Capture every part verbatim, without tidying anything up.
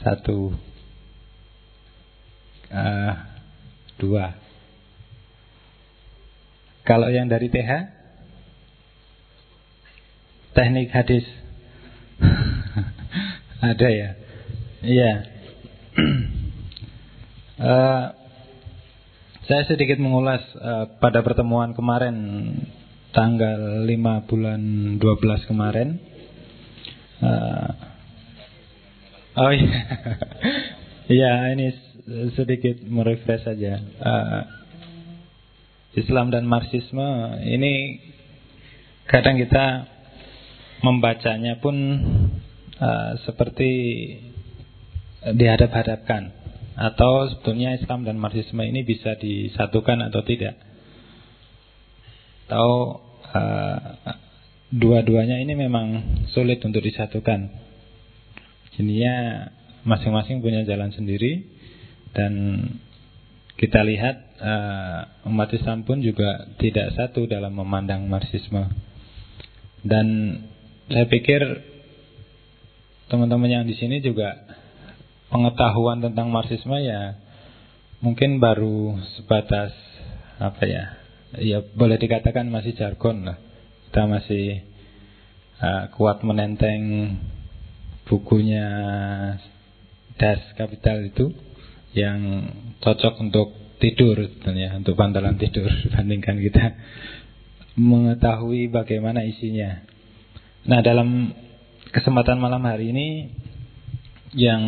Satu, uh, dua. Kalau yang dari T H, teknik hadis. Ada ya? Iya. uh, Saya sedikit mengulas uh, pada pertemuan kemarin, tanggal lima bulan dua belas kemarin. uh, Oh iya. Iya, ini sedikit merefresh saja. uh, Islam dan Marxisme ini kadang kita membacanya pun uh, seperti dihadap-hadapkan, atau sebetulnya Islam dan Marxisme ini bisa disatukan atau tidak, atau uh, dua-duanya ini memang sulit untuk disatukan. Jadinya masing-masing punya jalan sendiri. Dan kita lihat uh, umat Islam pun juga tidak satu dalam memandang Marxisme. Dan saya pikir teman-teman yang di sini juga pengetahuan tentang Marxisme ya mungkin baru sebatas apa ya, ya boleh dikatakan masih jargon lah. Kita masih uh, kuat menenteng bukunya Das Kapital itu, yang cocok untuk tidur ya, untuk bantalan tidur, dibandingkan kita mengetahui bagaimana isinya. Nah, dalam kesempatan malam hari ini yang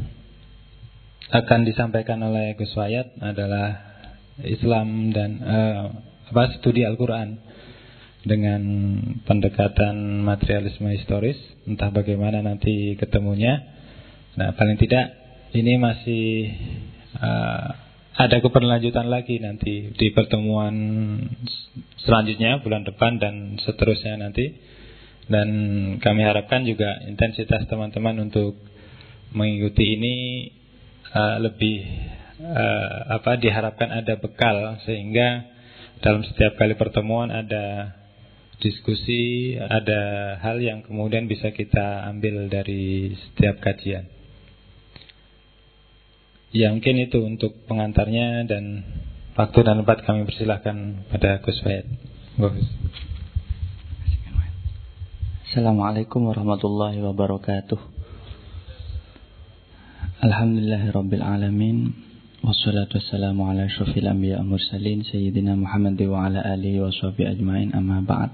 akan disampaikan oleh Gus Wayat adalah Islam dan uh, apa studi Al-Quran dengan pendekatan materialisme historis. Entah bagaimana nanti ketemunya. Nah, paling tidak ini masih uh, ada keberlanjutan lagi nanti di pertemuan selanjutnya bulan depan dan seterusnya nanti. Dan kami harapkan juga intensitas teman-teman untuk mengikuti ini uh, lebih uh, apa diharapkan ada bekal, sehingga dalam setiap kali pertemuan ada diskusi, ada hal yang kemudian bisa kita ambil dari setiap kajian. Ya, mungkin itu untuk pengantarnya, dan waktu dan tempat kami persilahkan pada Gus Wayat. Gus. Assalamualaikum warahmatullahi wabarakatuh. Alhamdulillahirabbil alamin, wassalatu wassalamu ala asyrofil anbiya wal mursalin sayyidina Muhammad wa ala alihi washabihi ajmain, amma ba'd.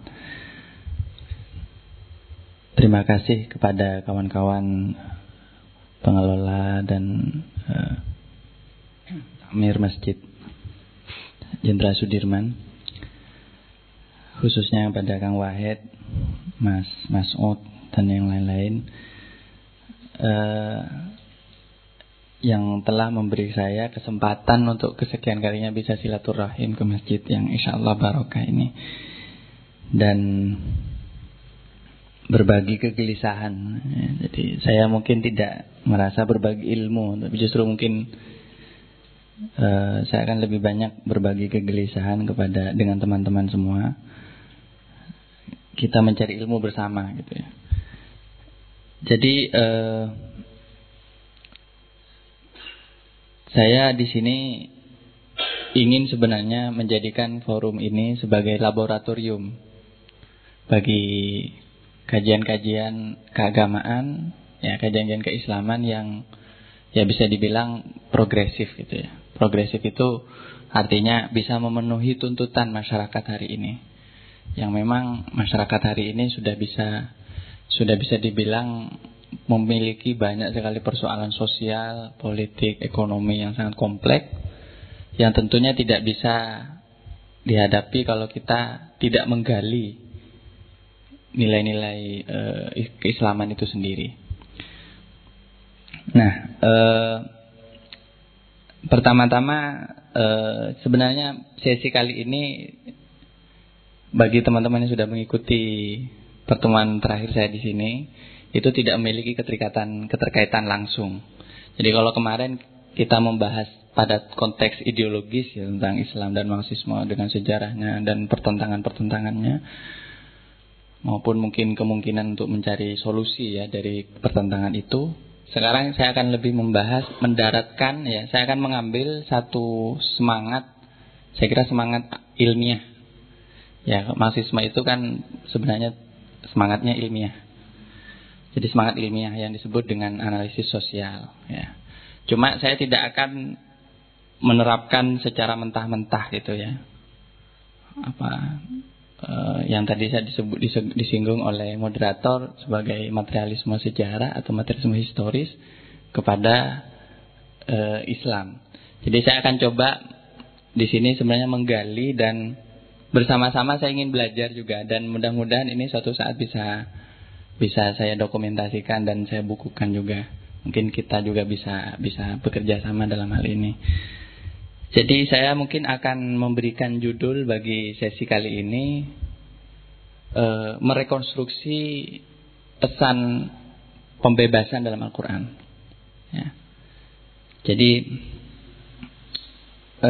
Terima kasih kepada kawan-kawan pengelola dan uh, Amir Masjid Jenderal Sudirman, khususnya pada Kang Wahid, Mas Mas'ud dan yang lain-lain uh, yang telah memberi saya kesempatan untuk kesekian kalinya bisa silaturahim ke masjid yang insyaallah barokah ini, dan berbagi kegelisahan. Jadi saya mungkin tidak merasa berbagi ilmu, tapi justru mungkin uh, saya akan lebih banyak berbagi kegelisahan kepada dengan teman-teman semua. Kita mencari ilmu bersama gitu ya. Jadi uh, saya di sini ingin sebenarnya menjadikan forum ini sebagai laboratorium bagi kajian-kajian keagamaan, ya, kajian-kajian keislaman yang ya bisa dibilang progresif gitu ya. Progresif itu artinya bisa memenuhi tuntutan masyarakat hari ini. Yang memang masyarakat hari ini sudah bisa sudah bisa dibilang memiliki banyak sekali persoalan sosial, politik, ekonomi yang sangat kompleks, yang tentunya tidak bisa dihadapi kalau kita tidak menggali nilai-nilai uh, keislaman itu sendiri. Nah, uh, pertama-tama uh, sebenarnya sesi kali ini bagi teman-teman yang sudah mengikuti pertemuan terakhir saya di sini, itu tidak memiliki keterikatan keterkaitan langsung. Jadi kalau kemarin kita membahas pada konteks ideologis ya, tentang Islam dan Marxisme dengan sejarahnya dan pertentangan-pertentangannya, maupun mungkin kemungkinan untuk mencari solusi ya dari pertentangan itu, Sekarang saya akan lebih membahas, mendaratkan ya. Saya akan mengambil satu semangat, saya kira semangat ilmiah. Ya, marxisme itu kan sebenarnya semangatnya ilmiah. Jadi semangat ilmiah yang disebut dengan analisis sosial ya. Cuma saya tidak akan menerapkan secara mentah-mentah gitu ya. Apa Uh, yang tadi saya disebut disinggung oleh moderator sebagai materialisme sejarah atau materialisme historis kepada uh, Islam. Jadi saya akan coba di sini sebenarnya menggali dan bersama-sama saya ingin belajar juga, dan mudah-mudahan ini suatu saat bisa bisa saya dokumentasikan dan saya bukukan juga. Mungkin kita juga bisa bisa bekerja sama dalam hal ini. Jadi saya mungkin akan memberikan judul bagi sesi kali ini e, merekonstruksi pesan pembebasan dalam Al-Quran ya. Jadi e,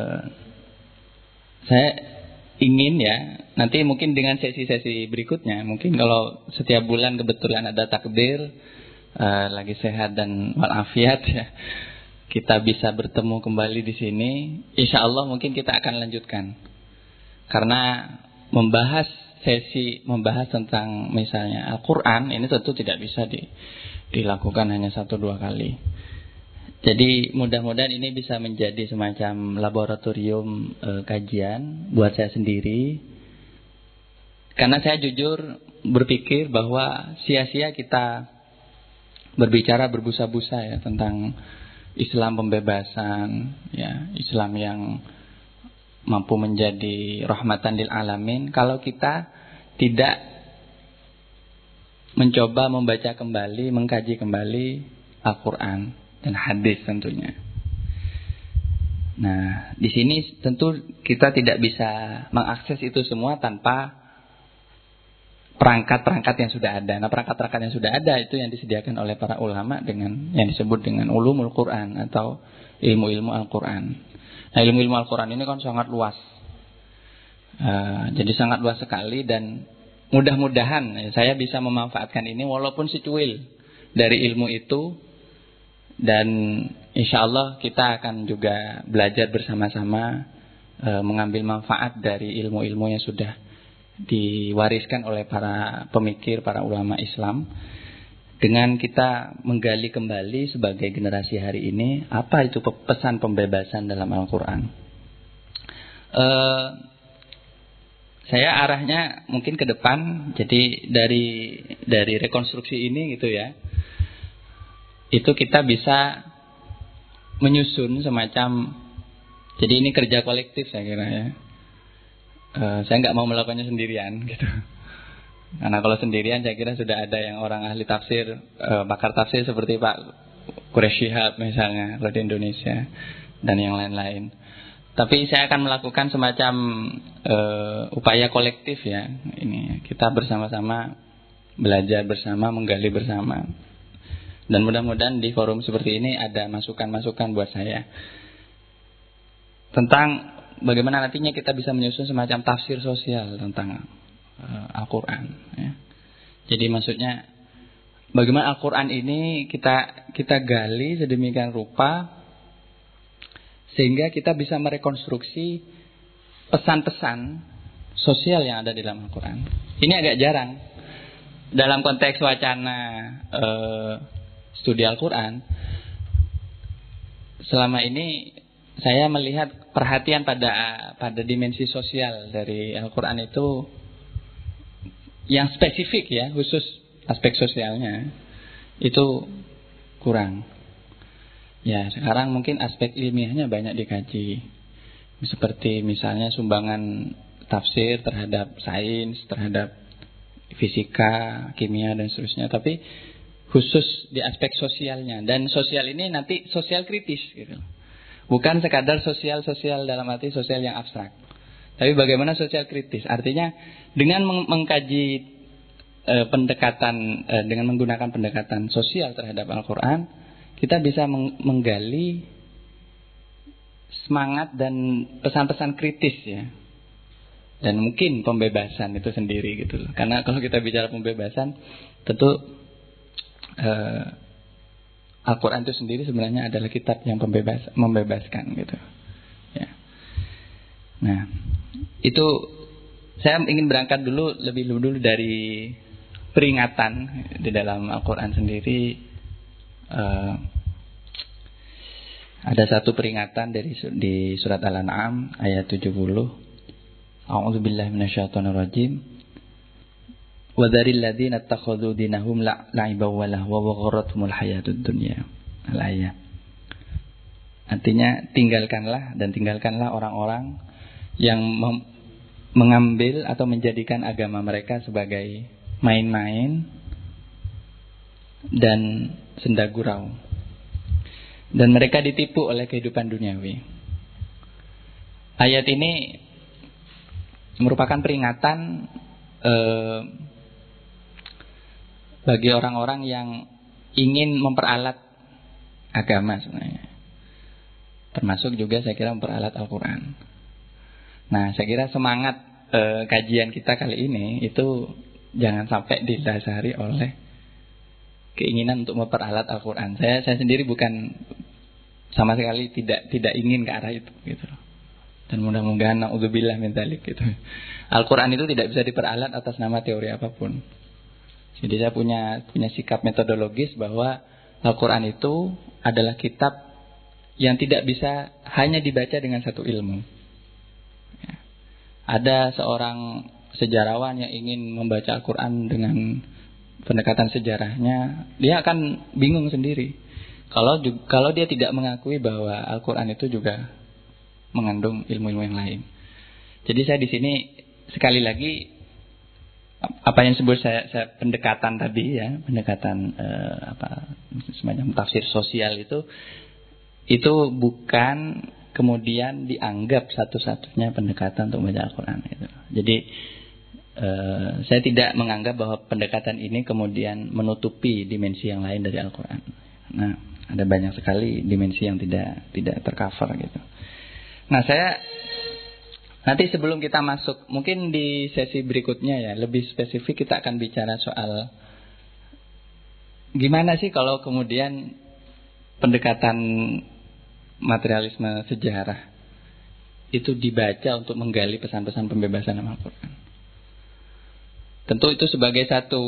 saya ingin ya, nanti mungkin dengan sesi-sesi berikutnya, mungkin kalau setiap bulan kebetulan ada takdir e, lagi sehat dan walafiat ya, kita bisa bertemu kembali di sini, insya Allah mungkin kita akan lanjutkan. Karena membahas sesi, membahas tentang misalnya Al-Quran, ini tentu tidak bisa di, dilakukan hanya satu dua kali. Jadi mudah-mudahan ini bisa menjadi semacam laboratorium e, kajian buat saya sendiri. Karena saya jujur berpikir bahwa sia-sia kita berbicara berbusa-busa ya tentang Islam pembebasan, ya, Islam yang mampu menjadi rahmatan lil alamin, kalau kita tidak mencoba membaca kembali, mengkaji kembali Al-Quran dan hadis tentunya. Nah, di sini tentu kita tidak bisa mengakses itu semua tanpa perangkat-perangkat yang sudah ada. Nah, perangkat-perangkat yang sudah ada itu yang disediakan oleh para ulama dengan yang disebut dengan ulumul Quran atau ilmu-ilmu Al-Quran. Nah, ilmu-ilmu Al-Quran ini kan sangat luas. Uh, jadi sangat luas sekali, dan mudah-mudahan ya, saya bisa memanfaatkan ini walaupun secuil dari ilmu itu, dan insya Allah kita akan juga belajar bersama-sama uh, mengambil manfaat dari ilmu-ilmu yang sudah diwariskan oleh para pemikir, para ulama Islam, dengan kita menggali kembali sebagai generasi hari ini apa itu pesan pembebasan dalam Al-Quran. Uh, saya arahnya mungkin ke depan, jadi dari dari rekonstruksi ini gitu ya, itu kita bisa menyusun semacam, jadi ini kerja kolektif saya kira ya. Uh, saya nggak mau melakukannya sendirian gitu. Karena kalau sendirian saya kira sudah ada yang orang ahli tafsir, uh, pakar tafsir seperti Pak Quraish Shihab misalnya kalau di Indonesia, dan yang lain-lain. Tapi saya akan melakukan semacam uh, upaya kolektif ya. Ini kita bersama-sama belajar bersama, menggali bersama. Dan mudah-mudahan di forum seperti ini ada masukan-masukan buat saya tentang bagaimana nantinya kita bisa menyusun semacam tafsir sosial tentang uh, Al-Quran ya. Jadi maksudnya bagaimana Al-Quran ini kita kita gali sedemikian rupa sehingga kita bisa merekonstruksi pesan-pesan sosial yang ada di dalam Al-Quran. Ini agak jarang dalam konteks wacana uh, studi Al-Quran. Selama ini saya melihat perhatian pada pada dimensi sosial dari Al-Quran itu yang spesifik ya, khusus aspek sosialnya itu kurang. Ya, sekarang mungkin aspek ilmiahnya banyak dikaji. Seperti misalnya sumbangan tafsir terhadap sains, terhadap fisika, kimia dan seterusnya, tapi khusus di aspek sosialnya. Dan sosial ini nanti sosial kritis gitu. Bukan sekadar sosial-sosial dalam arti sosial yang abstrak, tapi bagaimana sosial kritis. Artinya dengan meng- mengkaji e, pendekatan, e, dengan menggunakan pendekatan sosial terhadap Al-Quran, kita bisa meng- menggali semangat dan pesan-pesan kritis ya. Dan mungkin pembebasan itu sendiri gitu loh. Karena kalau kita bicara pembebasan, tentu e, Al-Quran itu sendiri sebenarnya adalah kitab yang pembebas, membebaskan gitu. Ya. Nah, itu saya ingin berangkat dulu lebih dulu dari peringatan di dalam Al-Quran sendiri. Uh, ada satu peringatan dari di surat Al-An'am ayat tujuh puluh. A'udzubillahi minasyaitonirrajim. Wa dzaril ladzina ittakhadhu dinahum la'iban wa lahwa wa gharratuhumul hayatud dunya. Al-ayat. Artinya tinggalkanlah dan tinggalkanlah orang-orang yang mem- mengambil atau menjadikan agama mereka sebagai main-main dan senda gurau. Dan mereka ditipu oleh kehidupan duniawi. Ayat ini merupakan peringatan eh, bagi orang-orang yang ingin memperalat agama sebenarnya. Termasuk juga saya kira memperalat Al-Quran. Nah, saya kira semangat eh, kajian kita kali ini itu jangan sampai didasari oleh keinginan untuk memperalat Al-Quran. Saya saya sendiri bukan sama sekali tidak tidak ingin ke arah itu gitu. Dan mudah-mudahan naudzubillah min dzalik gitu. Al-Quran itu tidak bisa diperalat atas nama teori apapun. Jadi saya punya punya sikap metodologis bahwa Al-Quran itu adalah kitab yang tidak bisa hanya dibaca dengan satu ilmu. Ya. Ada seorang sejarawan yang ingin membaca Al-Quran dengan pendekatan sejarahnya, dia akan bingung sendiri. Kalau kalau dia tidak mengakui bahwa Al-Quran itu juga mengandung ilmu-ilmu yang lain. Jadi saya di sini sekali lagi apa yang disebut saya, saya pendekatan tadi ya, pendekatan eh, apa semacam tafsir sosial itu itu bukan kemudian dianggap satu-satunya pendekatan untuk membaca Al-Quran gitu. Jadi eh, saya tidak menganggap bahwa pendekatan ini kemudian menutupi dimensi yang lain dari Al-Quran. Nah, ada banyak sekali dimensi yang tidak tidak tercover gitu. Nah, saya nanti sebelum kita masuk, mungkin di sesi berikutnya ya, lebih spesifik kita akan bicara soal gimana sih kalau kemudian pendekatan materialisme sejarah itu dibaca untuk menggali pesan-pesan pembebasan dalam Al-Quran. Tentu itu sebagai satu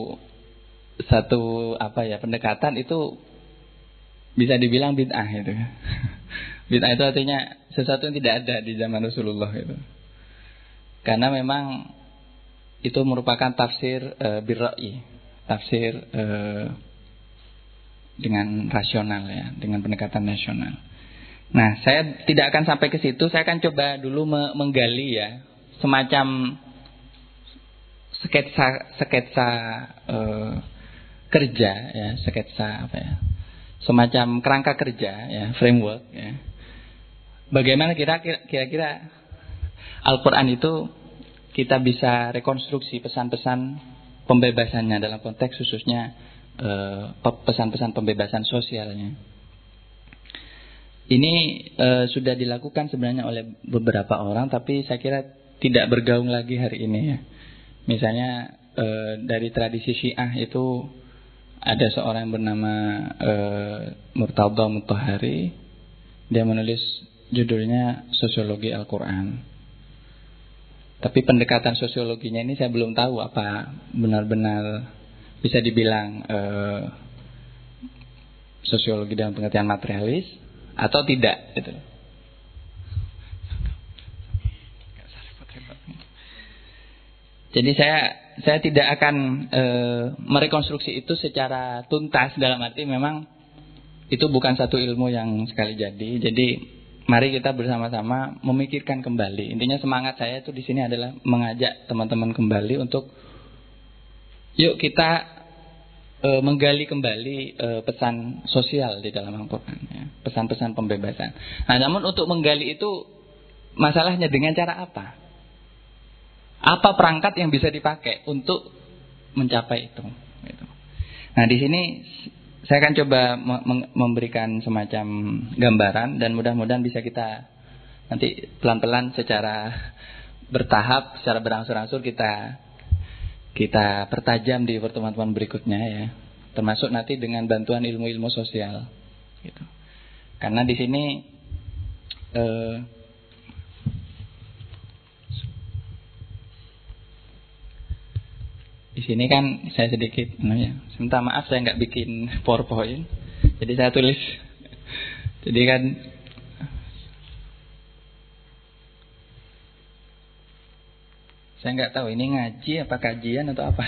satu apa ya pendekatan itu bisa dibilang bid'ah itu. Bid'ah itu artinya sesuatu yang tidak ada di zaman Rasulullah itu. Karena memang itu merupakan tafsir e, birra'i, tafsir e, dengan rasional ya, dengan pendekatan nasional. Nah, saya tidak akan sampai ke situ, saya akan coba dulu me- menggali ya, semacam sketsa sketsa e, kerja ya, sketsa apa ya? Semacam kerangka kerja ya, framework ya. Bagaimana kira-kira kira-kira Al-Quran itu kita bisa rekonstruksi pesan-pesan pembebasannya dalam konteks khususnya eh, pesan-pesan pembebasan sosialnya. Ini eh, sudah dilakukan sebenarnya oleh beberapa orang, tapi saya kira tidak bergaung lagi hari ini ya. Misalnya eh, dari tradisi Syiah itu ada seorang yang bernama eh, Murtadha Mutahhari. Dia menulis judulnya Sosiologi Al-Quran. Tapi pendekatan sosiologinya ini saya belum tahu apa benar-benar bisa dibilang eh, sosiologi dalam pengertian materialis atau tidak gitu. Jadi saya saya tidak akan e, merekonstruksi itu secara tuntas, dalam arti memang itu bukan satu ilmu yang sekali jadi. Jadi mari kita bersama-sama memikirkan kembali. Intinya semangat saya itu di sini adalah mengajak teman-teman kembali untuk yuk kita e, menggali kembali e, pesan sosial di dalam Al-Quran ya, pesan-pesan pembebasan. Nah, namun untuk menggali itu masalahnya dengan cara apa? Apa perangkat yang bisa dipakai untuk mencapai itu? Nah, di sini saya akan coba memberikan semacam gambaran dan mudah-mudahan bisa kita nanti pelan-pelan secara bertahap, secara berangsur-angsur kita kita pertajam di pertemuan-pertemuan berikutnya ya. termasuk nanti dengan bantuan ilmu-ilmu sosial gitu. Karena di sini eh, di sini kan saya sedikit ya, minta maaf saya nggak bikin PowerPoint, jadi saya tulis. Jadi kan saya nggak tahu ini ngaji apa kajian atau apa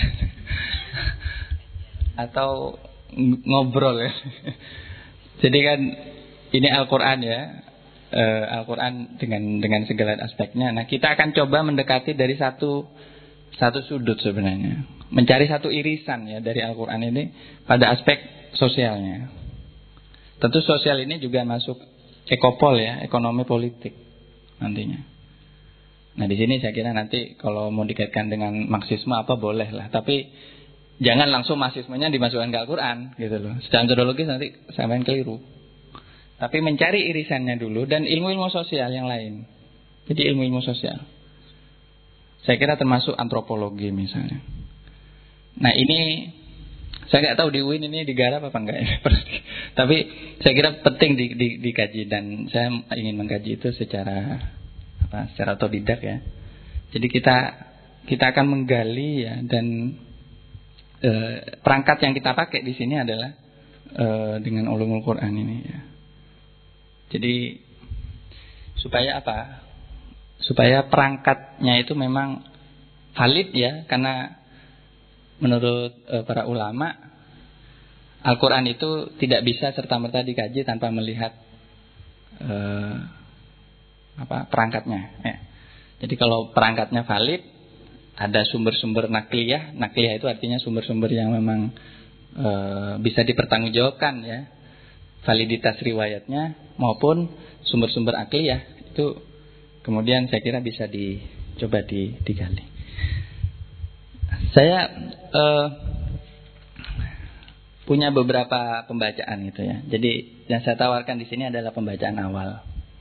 atau ngobrol ya. Jadi kan ini Al-Quran ya, uh, Al-Quran dengan dengan segala aspeknya. Nah kita akan coba mendekati dari satu satu sudut sebenarnya, mencari satu irisan ya dari Al-Quran ini pada aspek sosialnya. Tentu sosial ini juga masuk ekopol ya, ekonomi politik nantinya. Nah di sini saya kira nanti kalau mau dikaitkan dengan Marxisme apa boleh lah, tapi jangan langsung Marxismenya dimasukkan ke Al-Quran gitu loh. Secara metodologis nanti sampai keliru. Tapi mencari irisannya dulu dan ilmu-ilmu sosial yang lain. Jadi ilmu-ilmu sosial. Saya kira termasuk antropologi misalnya. Nah ini saya nggak tahu di U I N ini digarap apa enggak ya. Tapi saya kira penting di, di, dikaji dan saya ingin mengkaji itu secara apa, secara otodidak ya. Jadi kita kita akan menggali ya dan e, perangkat yang kita pakai di sini adalah e, dengan ulumul Quran ini ya. Jadi supaya apa? Supaya perangkatnya itu memang valid ya, karena menurut e, para ulama Al-Quran itu tidak bisa serta-merta dikaji tanpa melihat e, apa perangkatnya ya. Jadi kalau perangkatnya valid, ada sumber-sumber nakliyah. Nakliyah itu artinya sumber-sumber yang memang e, bisa dipertanggungjawabkan ya, validitas riwayatnya maupun sumber-sumber akliyah itu kemudian saya kira bisa dicoba di, digali. Saya eh, punya beberapa pembacaan gitu ya. Jadi yang saya tawarkan di sini adalah pembacaan awal.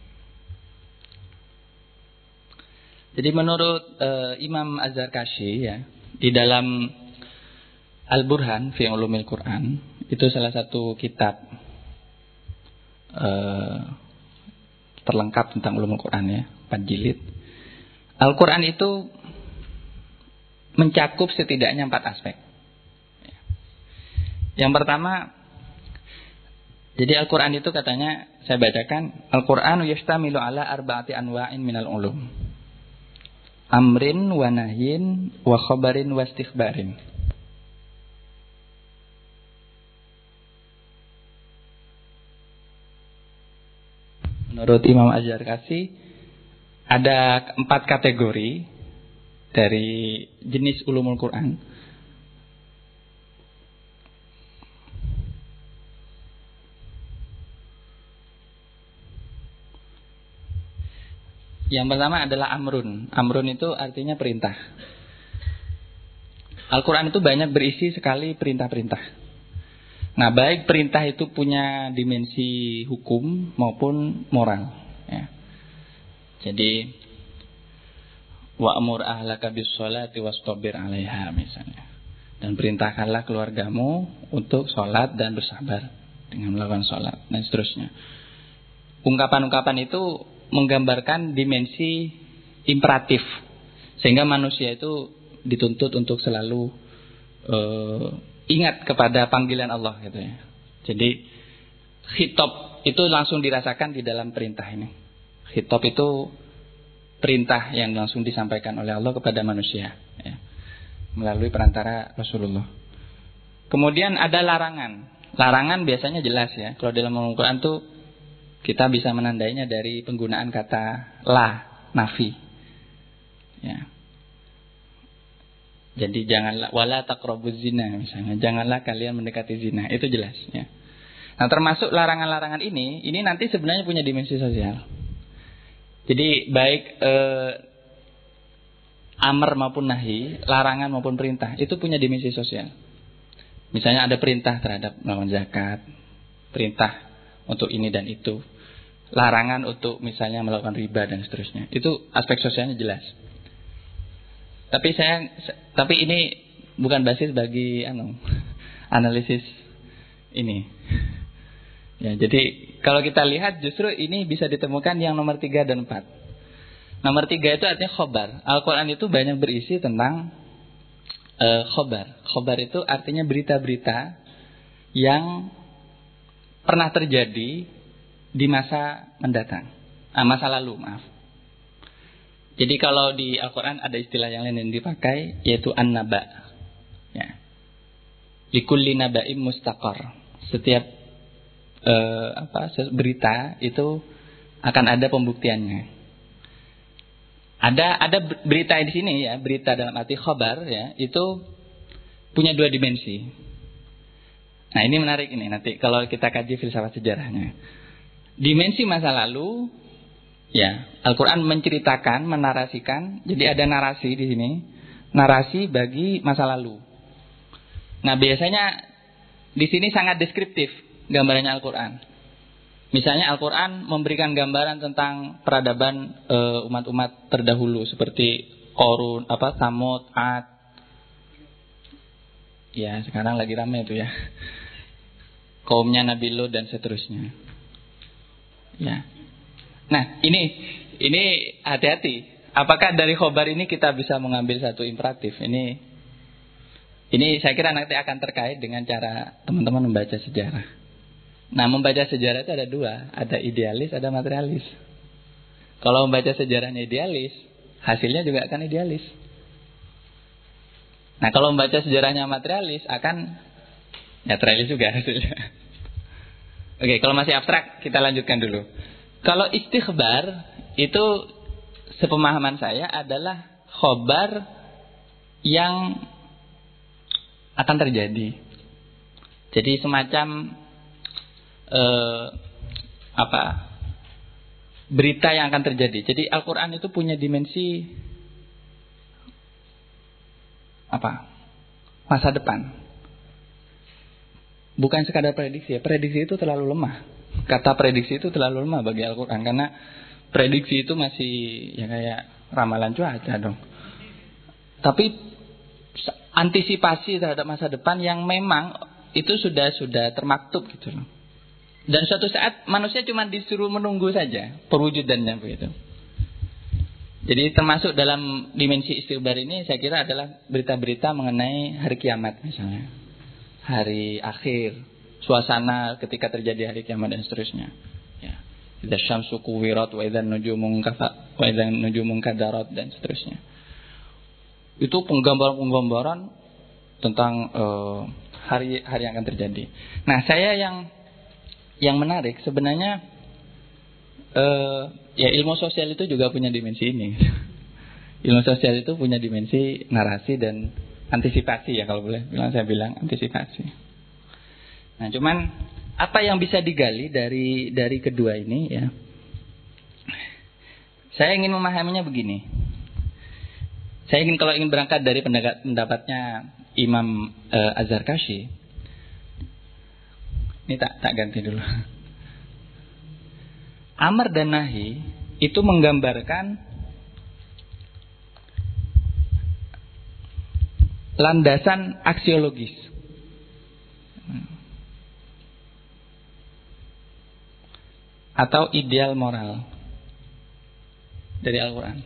Jadi menurut eh, Imam Az-Zarkashi ya, di dalam Al-Burhan fi Ulumil Quran, itu salah satu kitab eh, terlengkap tentang ulumul Quran ya, empat jilid. Al-Quran itu mencakup setidaknya empat aspek. Yang pertama, jadi Al-Quran itu katanya, saya bacakan, Al-Quran yastamilu ala arba'ati anwa'in minal ulum. Amrin wa nahyin wa khabarin wa istikhbarin. Menurut Imam Az-Zarkashi ada empat kategori dari jenis ulumul Quran. Yang pertama adalah amrun. Amrun itu artinya perintah. Al-Quran itu banyak berisi sekali perintah-perintah. Nah, baik perintah itu punya dimensi hukum maupun moral ya. Jadi wa'mur ahlaka bis-sholati wastabir 'alaiha misalnya. Dan perintahkanlah keluargamu untuk sholat dan bersabar dengan melakukan sholat dan seterusnya. Ungkapan-ungkapan itu menggambarkan dimensi imperatif, sehingga manusia itu dituntut untuk selalu uh, ingat kepada panggilan Allah gitu ya. Jadi khitab itu langsung dirasakan di dalam perintah ini. Khitab itu perintah yang langsung disampaikan oleh Allah kepada manusia ya, melalui perantara Rasulullah. Kemudian ada larangan. Larangan biasanya jelas ya. Kalau dalam Al-Quran tuh kita bisa menandainya dari penggunaan kata la, nafi ya. Jadi janganlah wala taqrabuz zina misalnya, janganlah kalian mendekati zina, itu jelas ya. Nah, termasuk larangan-larangan ini, ini nanti sebenarnya punya dimensi sosial. Jadi baik eh, amar maupun nahi, larangan maupun perintah, itu punya dimensi sosial. Misalnya ada perintah terhadap melakukan zakat, perintah untuk ini dan itu, larangan untuk misalnya melakukan riba dan seterusnya. Itu aspek sosialnya jelas. Tapi saya, tapi ini bukan basis bagi anu, analisis ini. Ya, jadi kalau kita lihat justru ini bisa ditemukan yang nomor tiga dan empat. Nomor tiga itu artinya khobar. Al-Quran itu banyak berisi tentang uh, khobar. Khobar itu artinya berita-berita yang pernah terjadi di masa mendatang, ah, masa lalu, maaf. Jadi kalau di Al-Quran ada istilah yang lain yang dipakai, yaitu an-naba. Ya. Likulli naba'im mustaqar. Setiap uh, apa berita itu akan ada pembuktiannya. Ada ada berita di sini ya, berita dalam arti khabar ya, itu punya dua dimensi. Nah, ini menarik ini nanti kalau kita kaji filsafat sejarahnya. Dimensi masa lalu ya, Al-Qur'an menceritakan, menarasikan, jadi ada narasi di sini, narasi bagi masa lalu. Nah, biasanya di sini sangat deskriptif gambarannya Al-Qur'an. Misalnya Al-Quran memberikan gambaran tentang peradaban e, umat-umat terdahulu seperti Qorun, apa, Samud, Ad. Ya, sekarang lagi ramai itu ya. Kaumnya Nabi Lut dan seterusnya. Ya. Nah, ini ini hati-hati. Apakah dari khobar ini kita bisa mengambil satu imperatif? Ini ini saya kira nanti akan terkait dengan cara teman-teman membaca sejarah. Nah, membaca sejarah itu ada dua, ada idealis, ada materialis. Kalau membaca sejarahnya idealis, hasilnya juga akan idealis. Nah, kalau membaca sejarahnya materialis, akan materialis juga hasilnya. Oke, kalau masih abstrak, kita lanjutkan dulu. Kalau istikhbar, itu sepemahaman saya adalah khobar yang akan terjadi. Jadi semacam Uh, apa berita yang akan terjadi. Jadi Al-Quran itu punya dimensi apa masa depan. Bukan sekadar prediksi. Prediksi itu terlalu lemah. Kata prediksi itu terlalu lemah bagi Al-Quran, karena prediksi itu masih ya kayak ramalan cuaca dong. Tapi antisipasi terhadap masa depan yang memang itu sudah sudah termaktub gitu loh. Dan suatu saat manusia cuma disuruh menunggu saja perwujudannya begitu. Jadi termasuk dalam dimensi istighbar ini saya kira adalah berita-berita mengenai hari kiamat misalnya. Hari akhir, suasana ketika terjadi hari kiamat dan seterusnya. Ya. Idza syamsu kuwirat wa idzan nujumu kafa wa idzan nujumu kadarat dan seterusnya. Itu penggambaran-penggambaran tentang uh, hari hari yang akan terjadi. Nah, saya yang Yang menarik sebenarnya eh, ya ilmu sosial itu juga punya dimensi ini. Ilmu sosial itu punya dimensi narasi dan antisipasi ya, kalau boleh bilang saya bilang antisipasi. Nah, cuman apa yang bisa digali dari dari kedua ini ya? Saya ingin memahaminya begini. Saya ingin kalau ingin berangkat dari pendapat, pendapatnya Imam eh, Az-Zarkashi. Ini tak tak ganti dulu. Amar dan nahi itu menggambarkan landasan aksiologis. Atau ideal moral dari Al-Quran.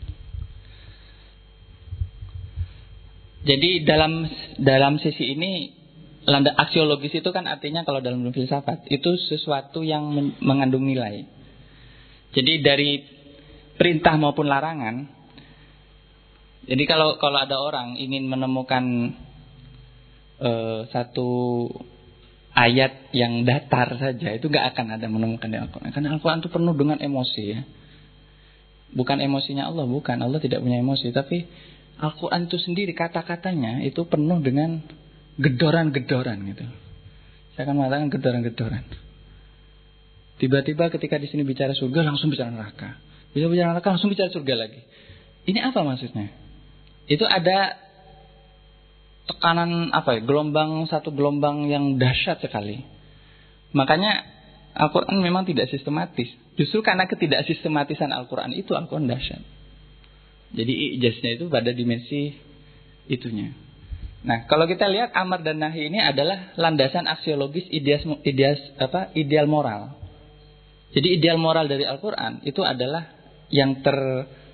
Jadi dalam dalam sisi ini, landa aksiologis itu kan artinya kalau dalam filsafat itu sesuatu yang men- mengandung nilai. Jadi dari perintah maupun larangan. Jadi kalau kalau ada orang ingin menemukan uh, satu ayat yang datar saja, itu gak akan ada menemukan di Al-Quran. Karena Al-Quran itu penuh dengan emosi ya. Bukan emosinya Allah, bukan. Allah tidak punya emosi, tapi Al-Quran itu sendiri kata-katanya itu penuh dengan gedoran-gedoran gitu. Saya akan mengatakan gedoran-gedoran. Tiba-tiba ketika di sini bicara surga langsung bicara neraka. Bisa bicara neraka langsung bicara surga lagi. Ini apa maksudnya? Itu ada tekanan apa ya? Gelombang satu gelombang yang dahsyat sekali. Makanya Al-Quran memang tidak sistematis. Justru karena ketidaksistematisan Al-Quran itu Al-Quran dahsyat. Jadi ijaznya itu pada dimensi itunya. Nah, kalau kita lihat amar dan nahi ini adalah landasan aksiologis ideas, ideas apa ideal moral. Jadi ideal moral dari Al-Qur'an itu adalah yang ter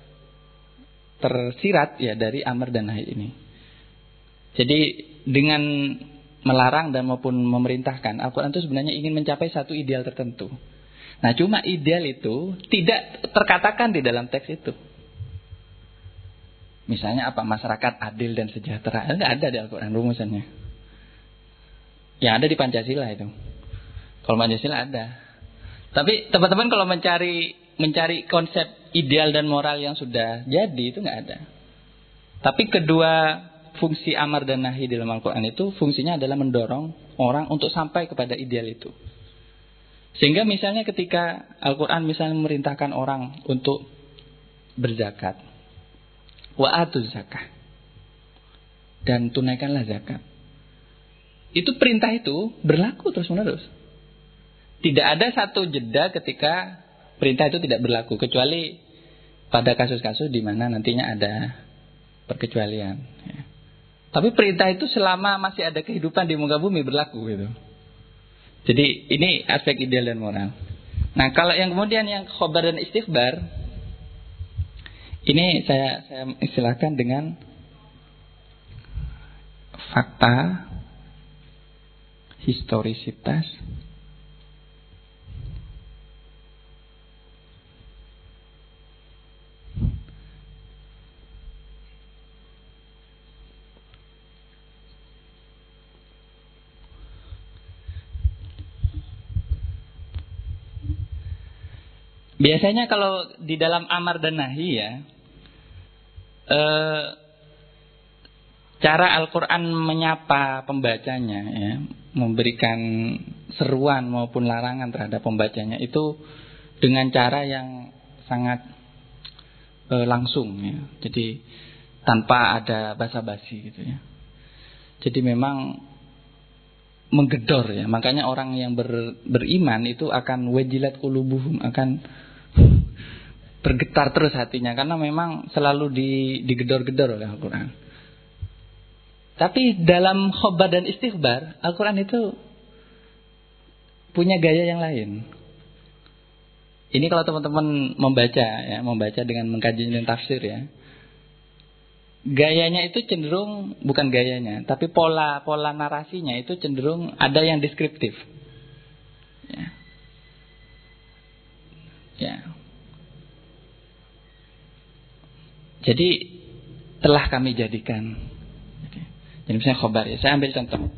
tersirat ya dari amar dan nahi ini. Jadi dengan melarang dan maupun memerintahkan, Al-Qur'an itu sebenarnya ingin mencapai satu ideal tertentu. Nah, cuma ideal itu tidak terkatakan di dalam teks itu. Misalnya apa? Masyarakat adil dan sejahtera. Enggak ada di Al-Quran rumusannya. Yang ada di Pancasila itu. Kalau Pancasila ada. Tapi teman-teman kalau mencari mencari konsep ideal dan moral yang sudah jadi itu enggak ada. Tapi kedua fungsi amar dan nahi dalam Al-Quran itu fungsinya adalah mendorong orang untuk sampai kepada ideal itu. Sehingga misalnya ketika Al-Quran misalnya memerintahkan orang untuk berzakat. Wa atuz zakah, dan tunaikanlah zakat. Itu perintah itu berlaku terus menerus. Tidak ada satu jeda ketika perintah itu tidak berlaku, kecuali pada kasus-kasus di mana nantinya ada perkecualian. Ya. Tapi perintah itu selama masih ada kehidupan di muka bumi berlaku gitu. Jadi ini aspek ideal dan moral. Nah, kalau yang kemudian yang khobar dan istighbar, ini saya saya istilahkan dengan fakta, historisitas, biasanya kalau di dalam amar dan nahi ya, eh, cara Al-Quran menyapa pembacanya, ya, memberikan seruan maupun larangan terhadap pembacanya itu dengan cara yang sangat eh, langsung, ya. Jadi tanpa ada basa-basi gitu ya. Jadi memang menggedor ya. Makanya orang yang ber, beriman itu akan wajilat qulubuhum, akan bergetar terus hatinya karena memang selalu di, digedor-gedor oleh Al-Quran. Tapi dalam khobar dan istighbar, Al-Quran itu punya gaya yang lain. Ini kalau teman-teman membaca ya, membaca dengan mengkaji dan tafsir ya. Gayanya itu cenderung, bukan gayanya, tapi pola pola narasinya itu cenderung ada yang deskriptif. Ya. Ya. Jadi telah kami jadikan. Jadi, jadi misalnya khobar ya. Saya ambil contoh.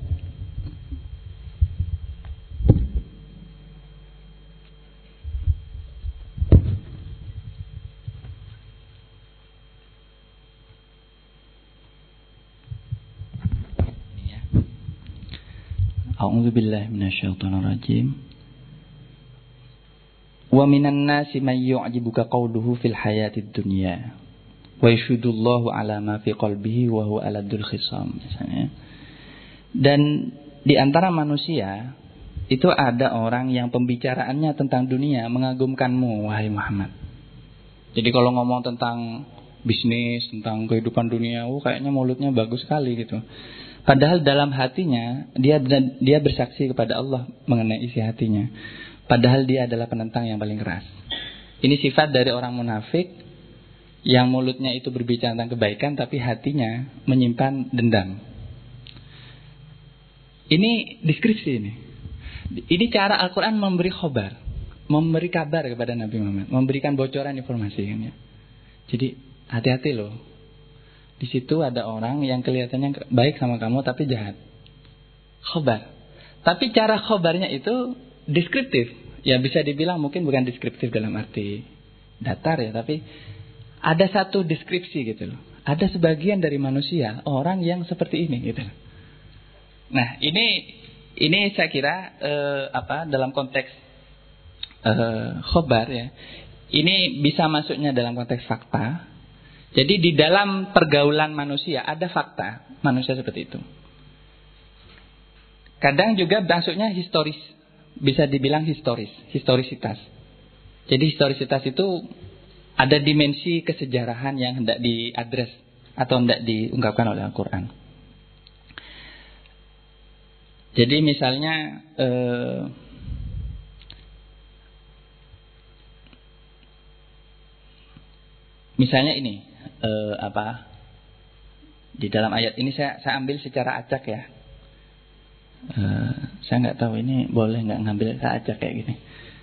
A'udzubillahi minasyaitonir rajim. Wa minan nasi may yu'jibuka qawluhu fil hayatid dunya. Wa yashhadullahu ala ma fi qalbihi wa huwa aladul khisam misalnya. Dan di antara manusia itu ada orang yang pembicaraannya tentang dunia mengagumkanmu wahai Muhammad. Jadi kalau ngomong tentang bisnis, tentang kehidupan dunia, oh kayaknya mulutnya bagus sekali gitu. Padahal dalam hatinya dia dia bersaksi kepada Allah mengenai isi hatinya. Padahal dia adalah penentang yang paling keras. Ini sifat dari orang munafik yang mulutnya itu berbicara tentang kebaikan tapi hatinya menyimpan dendam. Ini deskripsi ini. Ini cara Al-Quran memberi khobar, memberi kabar kepada Nabi Muhammad, memberikan bocoran informasi kan ya. Jadi hati-hati loh. Di situ ada orang yang kelihatannya baik sama kamu tapi jahat. Khobar. Tapi cara khobarnya itu deskriptif. Ya bisa dibilang mungkin bukan deskriptif dalam arti datar ya, tapi ada satu deskripsi gitu loh. Ada sebagian dari manusia orang yang seperti ini gitu. Nah, ini ini saya kira eh, apa dalam konteks eh, khobar ya. Ini bisa masuknya dalam konteks fakta. Jadi di dalam pergaulan manusia ada fakta manusia seperti itu. Kadang juga masuknya historis, bisa dibilang historis, historisitas. Jadi historisitas itu ada dimensi kesejarahan yang hendak diadres atau hendak diungkapkan oleh Al-Quran. Jadi misalnya eh, misalnya ini eh, apa di dalam ayat ini saya saya ambil secara acak ya. Eh, saya nggak tahu ini boleh nggak ngambil acak kayak gini.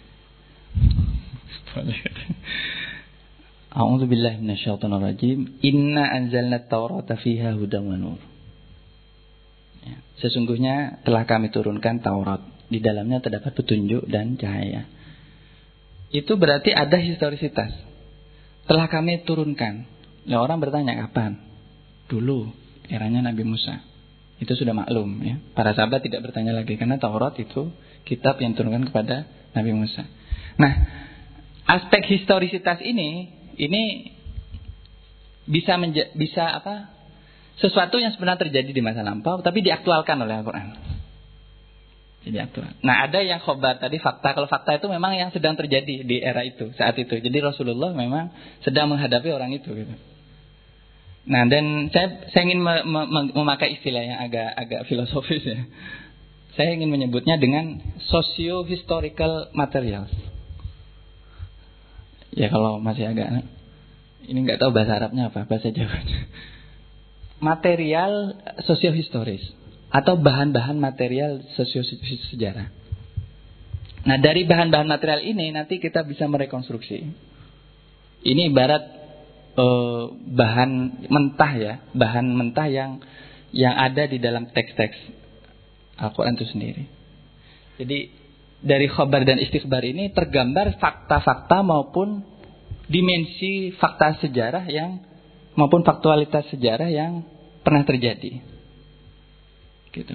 A'udzubillahi minasyaitonirrajim. Inna anzalna at-taurata fiha hudan wa nur. Ya, sesungguhnya telah kami turunkan Taurat, di dalamnya terdapat petunjuk dan cahaya. Itu berarti ada historisitas. Telah kami turunkan. Nah, orang bertanya kapan? Dulu, eranya Nabi Musa. Itu sudah maklum ya. Para sahabat tidak bertanya lagi karena Taurat itu kitab yang diturunkan kepada Nabi Musa. Nah, aspek historisitas ini ini bisa menja- bisa apa? Sesuatu yang sebenarnya terjadi di masa lampau tapi diaktualkan oleh Al-Qur'an. Jadi aktual. Nah, ada yang khobar tadi fakta. Kalau fakta itu memang yang sedang terjadi di era itu, saat itu. Jadi Rasulullah memang sedang menghadapi orang itu gitu. Nah, dan saya saya ingin me- me- memakai istilah yang agak agak filosofis ya. Saya ingin menyebutnya dengan socio-historical materials. Ya kalau masih agak ini nggak tahu bahasa Arabnya apa, bahasa Jawanya. Material sosiohistoris atau bahan-bahan material sosio-sejarah. Nah, dari bahan-bahan material ini nanti kita bisa merekonstruksi. Ini ibarat eh, bahan mentah ya, bahan mentah yang yang ada di dalam teks-teks Al-Quran itu sendiri. Jadi dari khobar dan istikhbar ini tergambar fakta-fakta maupun dimensi fakta sejarah yang maupun faktualitas sejarah yang pernah terjadi. Gitu.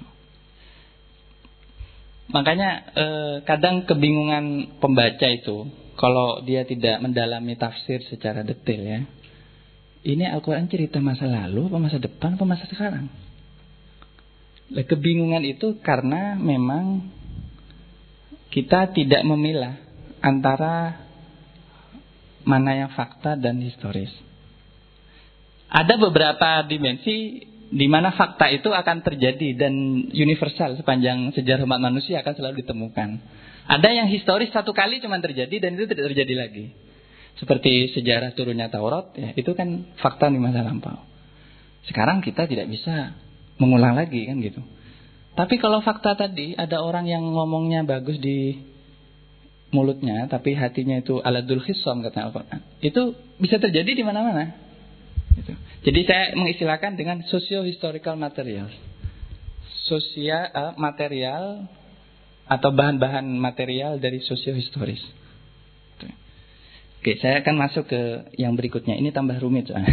Makanya eh, kadang kebingungan pembaca itu kalau dia tidak mendalami tafsir secara detail ya. Ini Al-Quran cerita masa lalu, apa masa depan, apa masa sekarang? Nah, kebingungan itu karena memang kita tidak memilah antara mana yang fakta dan historis. Ada beberapa dimensi di mana fakta itu akan terjadi dan universal sepanjang sejarah umat manusia akan selalu ditemukan. Ada yang historis satu kali cuma terjadi dan itu tidak terjadi lagi. Seperti sejarah turunnya Taurat, ya, itu kan fakta di masa lampau. Sekarang kita tidak bisa mengulang lagi kan gitu. Tapi kalau fakta tadi ada orang yang ngomongnya bagus di mulutnya tapi hatinya itu aladul khisam kata Al-Quran. Itu bisa terjadi di mana-mana. Gitu. Jadi saya mengistilahkan dengan socio-historical materials. Sosial uh, material atau bahan-bahan material dari socio-historis. Gitu. Oke, saya akan masuk ke yang berikutnya. Ini tambah rumit soalnya.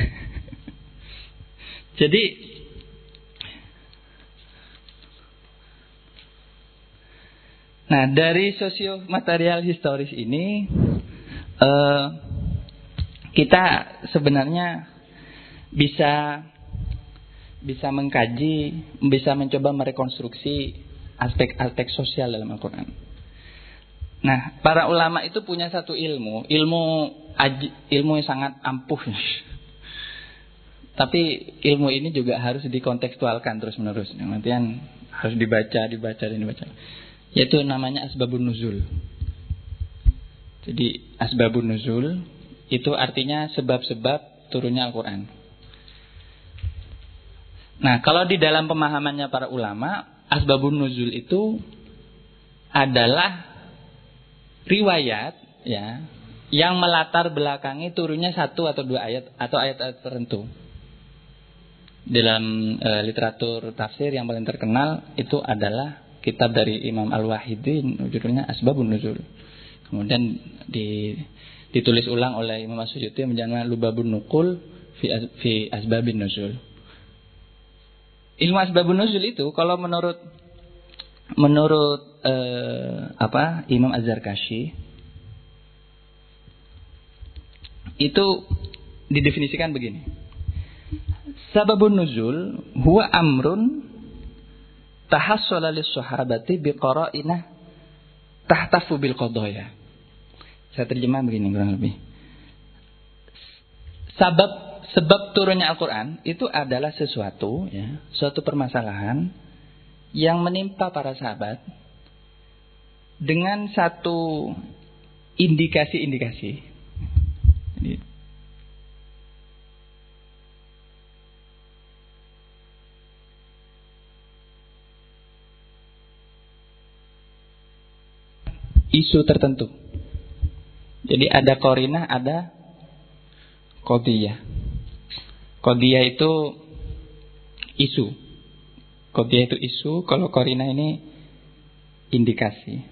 Jadi nah, dari sosio-material historis ini uh, kita sebenarnya bisa bisa mengkaji, bisa mencoba merekonstruksi aspek-aspek sosial dalam Al-Quran. Nah, para ulama itu punya satu ilmu, ilmu ilmu yang sangat ampuh. Tapi ilmu ini juga harus dikontekstualkan terus-menerus. Kemudian harus dibaca, dibaca, dan dibaca. Yaitu namanya asbabun nuzul. Jadi asbabun nuzul itu artinya sebab-sebab turunnya Al-Quran. Nah, kalau di dalam pemahamannya para ulama, asbabun nuzul itu adalah riwayat ya yang melatar belakangi turunnya satu atau dua ayat atau ayat-ayat tertentu. Dalam e, literatur tafsir yang paling terkenal itu adalah kitab dari Imam Al-Wahidi, judulnya Asbabun Nuzul. Kemudian di, ditulis ulang oleh Imam As-Suyuti yang menjadi Lubabun Nuqul fi, fi Asbabin Nuzul. Ilmu Asbabun Nuzul itu kalau menurut menurut eh, apa Imam Az-Zarkashi itu didefinisikan begini. Sababun nuzul huwa amrun tahassala lis-sahabati biqara'inah tahtafu bil qadaya. Saya terjemah begini kurang lebih. Sabab sebab turunnya Al-Quran itu adalah sesuatu ya, suatu permasalahan yang menimpa para sahabat dengan satu indikasi-indikasi. Jadi, isu tertentu. Jadi ada qarinah, ada qadiyah. Qadiyah itu isu. Qadiyah itu isu, kalau qarinah ini indikasi.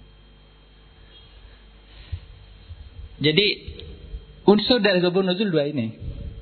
Jadi unsur dari asbabun nuzul dua ini.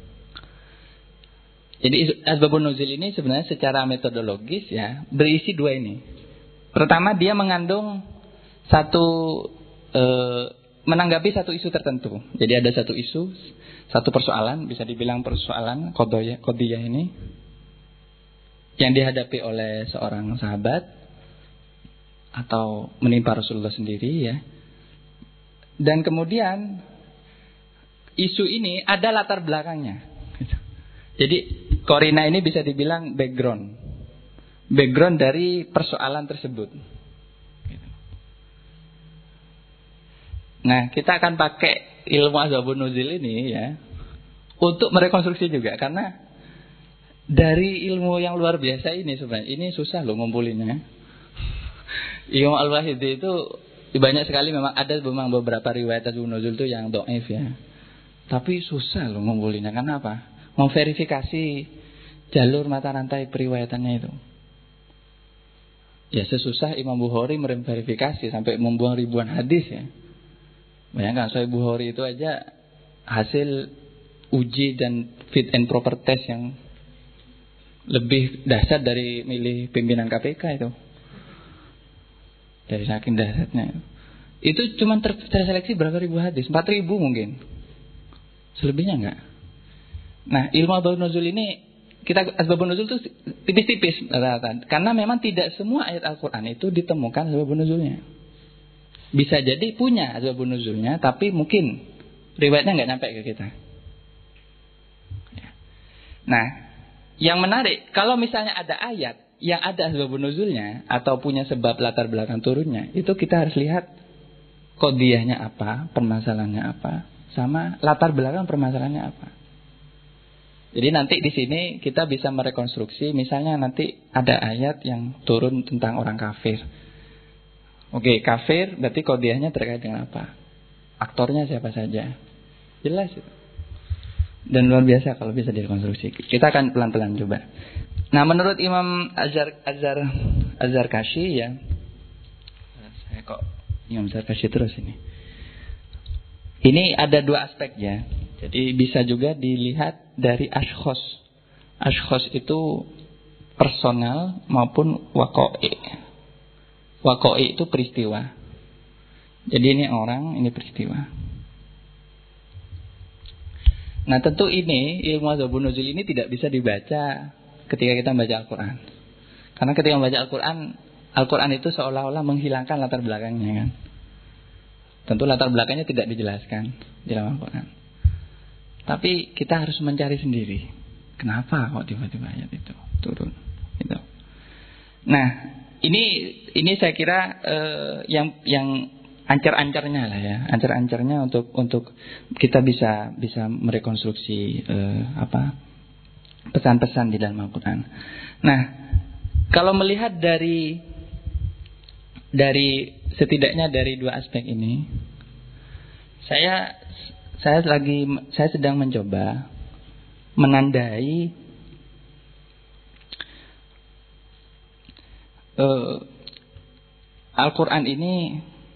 Jadi asbabun nuzul ini sebenarnya secara metodologis ya berisi dua ini. Pertama, dia mengandung satu e, menanggapi satu isu tertentu. Jadi ada satu isu, satu persoalan, bisa dibilang persoalan qadiyah, qadiyah ini yang dihadapi oleh seorang sahabat atau menimpa Rasulullah sendiri ya. Dan kemudian isu ini ada latar belakangnya. Jadi qarina ini bisa dibilang background, background dari persoalan tersebut. Nah, kita akan pakai ilmu asbabun nuzul ini ya untuk merekonstruksi juga, karena dari ilmu yang luar biasa ini sebenarnya ini susah loh ngumpulinnya. Imam Al-Wahidi itu banyak sekali, memang ada memang beberapa riwayat asbabun nuzul itu yang dhaif ya. Tapi susah loh ngumpulinnya. Karena apa? Memverifikasi jalur mata rantai periwayatannya itu. Ya sesusah Imam Bukhari memverifikasi sampai membuang ribuan hadis ya. Bayangkan Sahih Bukhari itu aja hasil uji dan fit and proper test yang lebih dahsyat dari milih pimpinan K P K itu. Dari saking dahsyatnya. Itu cuma ter terseleksi berapa ribu hadis? empat ribu mungkin. Selebihnya enggak. Nah, ilmu asbabun nuzul ini, kita asbabun nuzul itu tipis-tipis rata-rata. Karena memang tidak semua ayat Al-Qur'an itu ditemukan asbabun nuzulnya. Bisa jadi punya asbabun nuzulnya, tapi mungkin riwayatnya nggak nyampe ke kita. Nah, yang menarik, kalau misalnya ada ayat yang ada asbabun nuzulnya atau punya sebab latar belakang turunnya, itu kita harus lihat qadiyahnya apa, permasalahannya apa, sama latar belakang permasalahannya apa. Jadi nanti di sini kita bisa merekonstruksi, misalnya nanti ada ayat yang turun tentang orang kafir. Oke, kafir berarti qadiyahnya terkait dengan apa? Aktornya siapa saja? Jelas itu. Dan luar biasa kalau bisa direkonstruksi. Kita akan pelan-pelan coba. Nah, menurut Imam Azhar Azhar Az-Zarkashi ya. Saya kok Imam Az-Zarkashi terus ini. Ini ada dua aspek ya. Jadi bisa juga dilihat dari ashkhos. Ashkhos itu personal maupun waqa'i. Waqa'i itu peristiwa. Jadi ini orang, ini peristiwa. Nah, tentu ini ilmu asbabun nuzul ini tidak bisa dibaca ketika kita membaca Al-Qur'an. Karena ketika membaca Al-Qur'an, Al-Qur'an itu seolah-olah menghilangkan latar belakangnya kan. Tentu latar belakangnya tidak dijelaskan di dalam Al-Qur'an. Tapi kita harus mencari sendiri. Kenapa kok tiba-tiba ayat itu turun gitu. Nah, Ini ini saya kira uh, yang yang ancar-ancarnya lah ya, ancar-ancarnya untuk untuk kita bisa bisa merekonstruksi uh, apa pesan-pesan di dalam Al-Qur'an. Nah, kalau melihat dari dari setidaknya dari dua aspek ini, saya saya lagi saya sedang mencoba menandai Uh, Al-Quran ini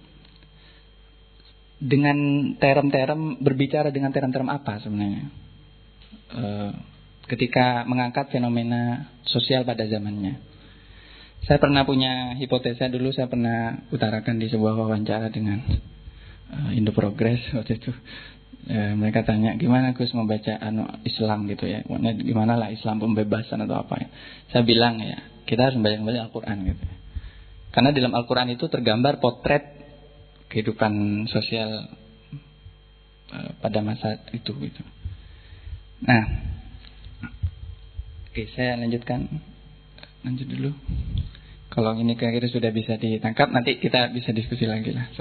dengan term-term, berbicara dengan term-term apa sebenarnya uh, ketika mengangkat fenomena sosial pada zamannya. Saya pernah punya hipotesa dulu, saya pernah utarakan di sebuah wawancara dengan uh, Indo Progress waktu itu. uh, Mereka tanya gimana Gus membaca anu Islam gitu ya, gimana lah Islam pembebasan atau apa ya. Saya bilang ya, kita harus membaca kembali Al-Quran gitu. Karena dalam Al-Quran itu tergambar potret kehidupan sosial uh, pada masa itu gitu. Nah, oke, saya lanjutkan. Lanjut dulu. Kalau ini kira-kira sudah bisa ditangkap, nanti kita bisa diskusi lagi lah.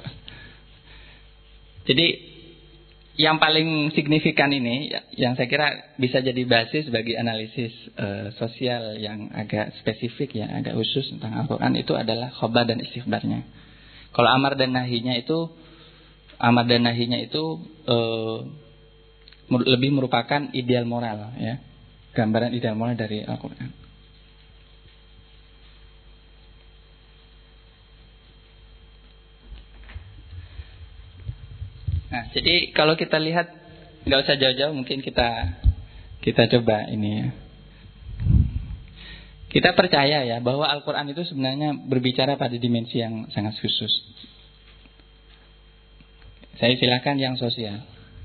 Jadi yang paling signifikan ini, yang saya kira bisa jadi basis bagi analisis uh, sosial yang agak spesifik, yang agak khusus tentang Al-Quran, itu adalah khobar dan istighbarnya. Kalau amar dan nahinya itu, amar dan nahinya itu uh, lebih merupakan ideal moral, ya, gambaran ideal moral dari Al-Quran. Nah, jadi kalau kita lihat, nggak usah jauh-jauh, mungkin kita kita coba ini ya. Kita percaya ya bahwa Al-Quran itu sebenarnya berbicara pada dimensi yang sangat khusus. Saya silakan yang sosial.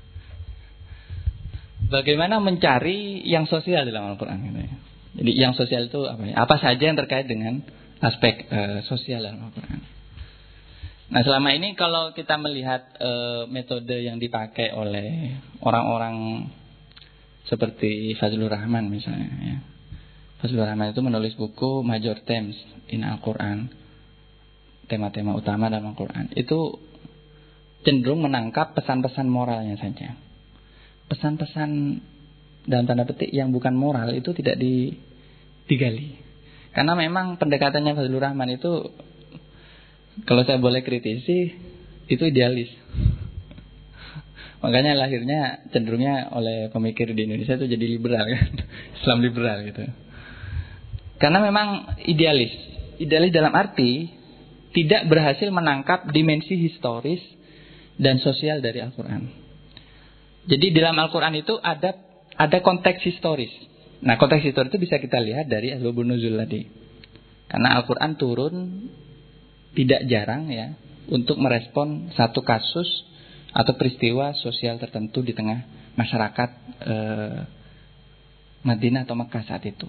Bagaimana mencari yang sosial dalam Al-Quran gitu ya. Jadi yang sosial itu apa ya? Apa saja yang terkait dengan aspek uh, sosial dalam Al-Quran. Nah, selama ini kalau kita melihat e, metode yang dipakai oleh orang-orang seperti Fazlur Rahman misalnya, ya. Fazlur Rahman itu menulis buku Major Themes in Al-Quran, tema-tema utama dalam Al-Quran. Itu cenderung menangkap pesan-pesan moralnya saja. Pesan-pesan dalam tanda petik yang bukan moral itu tidak di, digali. Karena memang pendekatannya Fazlur Rahman itu, kalau saya boleh kritisi, itu idealis. Makanya lahirnya cenderungnya oleh pemikir di Indonesia itu jadi liberal kan, Islam liberal gitu. Karena memang idealis, idealis dalam arti tidak berhasil menangkap dimensi historis dan sosial dari Al-Quran. Jadi dalam Al-Quran itu ada ada konteks historis. Nah, konteks historis itu bisa kita lihat dari asbabun nuzul tadi. Karena Al-Quran turun tidak jarang ya untuk merespon satu kasus atau peristiwa sosial tertentu di tengah masyarakat eh, Madinah atau Mekah saat itu.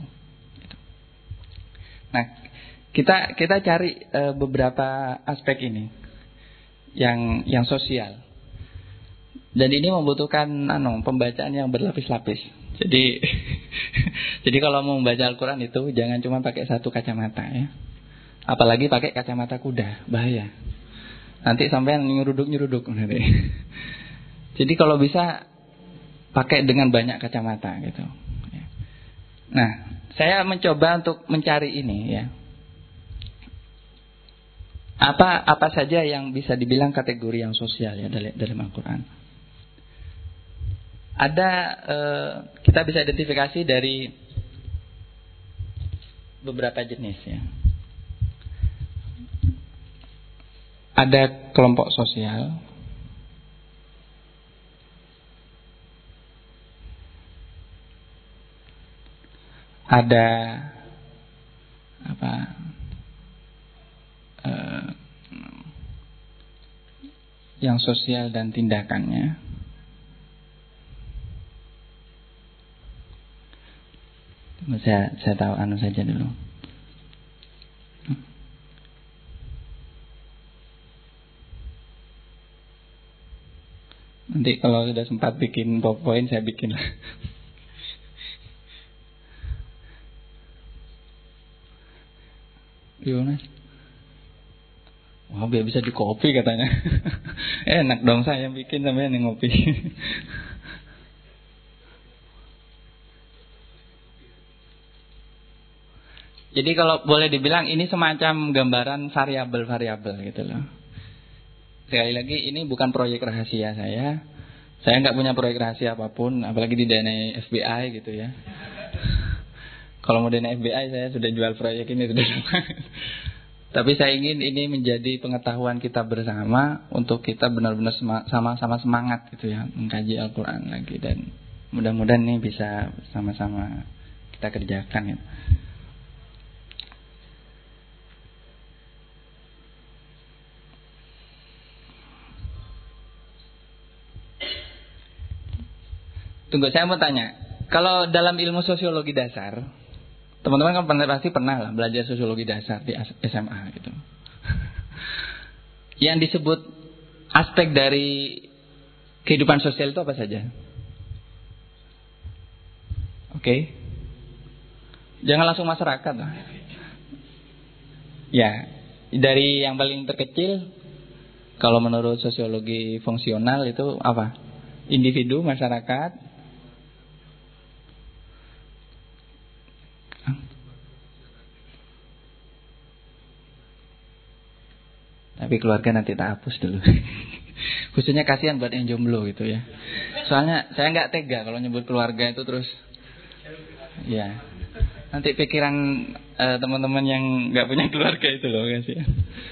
Nah, kita kita cari eh, beberapa aspek ini yang yang sosial. Dan ini membutuhkan anu, pembacaan yang berlapis-lapis. Jadi jadi kalau mau membaca Al-Quran itu jangan cuma pakai satu kacamata ya. Apalagi pakai kacamata kuda, bahaya. Nanti sampai nyeruduk-nyeruduk nanti. Jadi kalau bisa pakai dengan banyak kacamata gitu. Nah, saya mencoba untuk mencari ini ya. Apa apa saja yang bisa dibilang kategori yang sosial ya dalam dalam Al-Quran. Ada eh, kita bisa identifikasi dari beberapa jenis ya. Ada kelompok sosial, ada apa? Uh, yang sosial dan tindakannya. Saya saya tahu anu saja dulu. Nanti kalau sudah sempat bikin PowerPoint saya bikin lah. Gimana? Wah, biar bisa di copy katanya. Enak dong saya bikin sampai yang ngopi. Jadi kalau boleh dibilang ini semacam gambaran variabel-variabel gitu loh. Sekali lagi ini bukan proyek rahasia saya. Saya nggak punya proyek rahasia apapun, apalagi didanai F B I gitu ya. Kalau mau dana F B I saya sudah jual proyek ini sudah. Tapi saya ingin ini menjadi pengetahuan kita bersama untuk kita benar-benar sama-sama semangat gitu ya mengkaji Al-Quran lagi, dan mudah-mudahan ini bisa sama-sama kita kerjakan ya. Tunggu, saya mau tanya. Kalau dalam ilmu sosiologi dasar, teman-teman kan pasti pernah lah belajar sosiologi dasar di S M A gitu. Yang disebut aspek dari kehidupan sosial itu apa saja? Oke. Jangan langsung masyarakat lah. Ya, dari yang paling terkecil, kalau menurut sosiologi fungsional itu apa? Individu, masyarakat. Tapi keluarga nanti tak hapus dulu. Khususnya kasihan buat yang jomblo gitu ya. Soalnya saya nggak tega kalau nyebut keluarga itu terus. Ya, nanti pikiran uh, teman-teman yang nggak punya keluarga itu loh kasihan.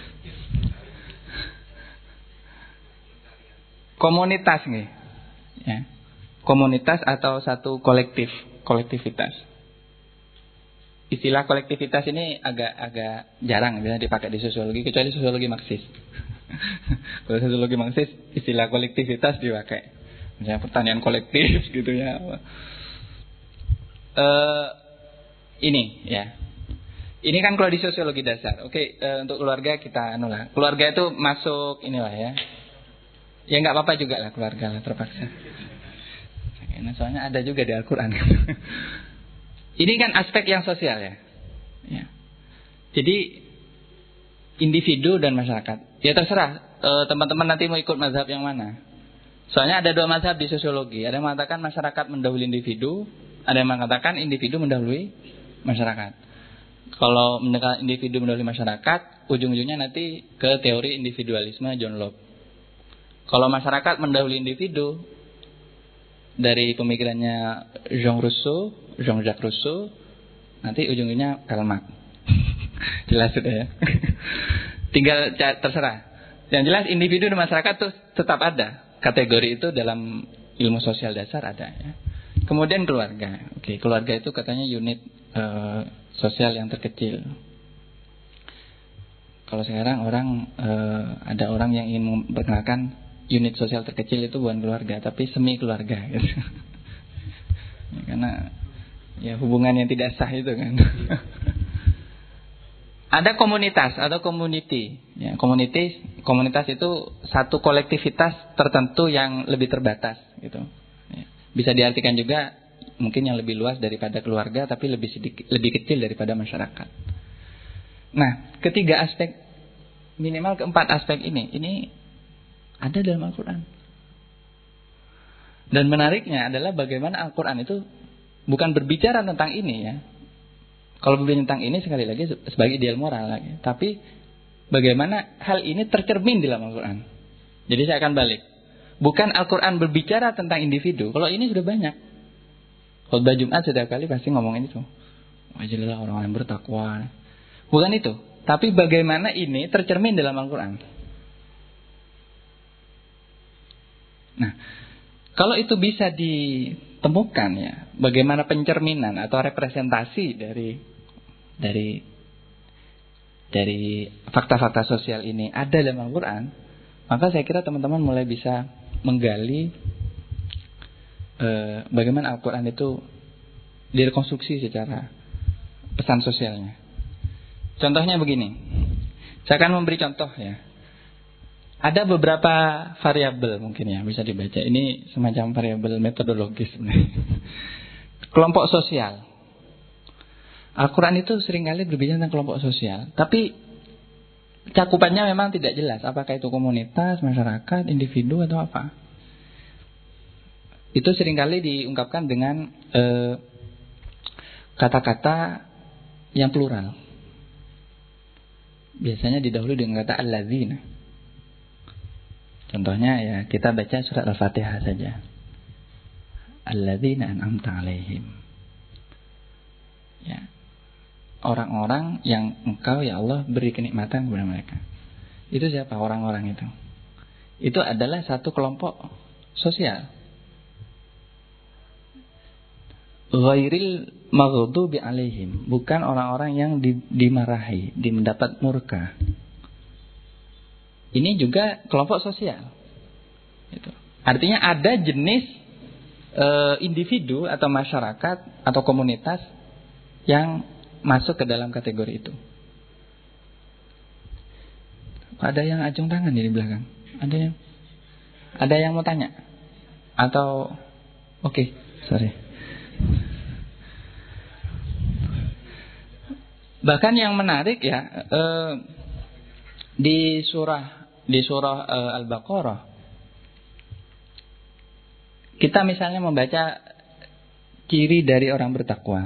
Komunitas nih, ya. Komunitas atau satu kolektif, kolektivitas. Istilah kolektivitas ini agak-agak jarang bisa dipakai di sosiologi, kecuali sosiologi Marxis. Kalau sosiologi Marxis, istilah kolektivitas dipakai. Misalnya pertanian kolektif gitu ya. Uh, ini ya. Ini kan kalau di sosiologi dasar. Oke, uh, untuk keluarga kita anu lah. Keluarga itu masuk inilah ya. Ya nggak apa-apa juga lah keluarga lah terpaksa. Nah, soalnya ada juga di Al-Quran. Ini kan aspek yang sosial ya. Ya. Jadi individu dan masyarakat. Ya terserah e, teman-teman nanti mau ikut mazhab yang mana. Soalnya ada dua mazhab di sosiologi. Ada yang mengatakan masyarakat mendahului individu, ada yang mengatakan individu mendahului masyarakat. Kalau mendekati individu mendahului masyarakat, ujung-ujungnya nanti ke teori individualisme John Locke. Kalau masyarakat mendahului individu, dari pemikirannya Jean Rousseau, Jean-Jacques Rousseau, nanti ujung-ujungnya Karl Marx. Jelas sudah ya. Tinggal terserah. Yang jelas individu dan masyarakat tuh tetap ada. Kategori itu dalam ilmu sosial dasar ada ya. Kemudian keluarga. Oke, keluarga itu katanya unit uh, sosial yang terkecil. Kalau sekarang orang uh, ada orang yang ingin memperkenalkan unit sosial terkecil itu bukan keluarga, tapi semi keluarga gitu. Ya, karena ya hubungan yang tidak sah itu kan. Ada komunitas atau community. Ya, community, komunitas itu satu kolektivitas tertentu yang lebih terbatas gitu. Ya. Bisa diartikan juga mungkin yang lebih luas daripada keluarga, tapi lebih sedikit, lebih kecil daripada masyarakat. Nah, ketiga aspek, minimal keempat aspek ini, ini ada dalam Al-Quran. Dan menariknya adalah bagaimana Al-Quran itu bukan berbicara tentang ini ya. Kalau berbicara tentang ini sekali lagi sebagai ideal moral lagi. Tapi bagaimana hal ini tercermin di dalam Al-Quran. Jadi saya akan balik. Bukan Al-Quran berbicara tentang individu. Kalau ini sudah banyak. Khutbah Jumat setiap kali pasti ngomongin itu. Wajilah orang-orang bertakwa. Bukan itu. Tapi bagaimana ini tercermin dalam Al-Quran. Nah, kalau itu bisa ditemukan ya, bagaimana pencerminan atau representasi dari dari dari fakta-fakta sosial ini ada dalam Al-Quran, maka saya kira teman-teman mulai bisa menggali eh, bagaimana Al-Quran itu direkonstruksi secara pesan sosialnya. Contohnya begini, saya akan memberi contoh ya. Ada beberapa variabel mungkin ya bisa dibaca. Ini semacam variabel metodologis sebenarnya. Kelompok sosial. Al-Quran itu seringkali berbicara tentang kelompok sosial. Tapi cakupannya memang tidak jelas. Apakah itu komunitas, masyarakat, individu atau apa. Itu seringkali diungkapkan dengan eh, kata-kata yang plural. Biasanya didahului dengan kata alladzina. Contohnya ya kita baca surat Al-Fatihah saja. Alladzina an'amta 'alaihim. Ya. Orang-orang yang Engkau ya Allah beri kenikmatan kepada mereka. Itu siapa orang-orang itu? Itu adalah satu kelompok sosial. Ghairil maghdubi 'alaihim, bukan orang-orang yang di, dimarahi, di mendapat murka. Ini juga kelompok sosial. Itu. Artinya ada jenis e, individu atau masyarakat atau komunitas yang masuk ke dalam kategori itu. Ada yang acung tangan di belakang. Ada yang ada yang mau tanya? Atau oke, okay, sorry. Bahkan yang menarik ya, eh, di surah di surah eh, Al-Baqarah, kita misalnya membaca ciri dari orang bertakwa.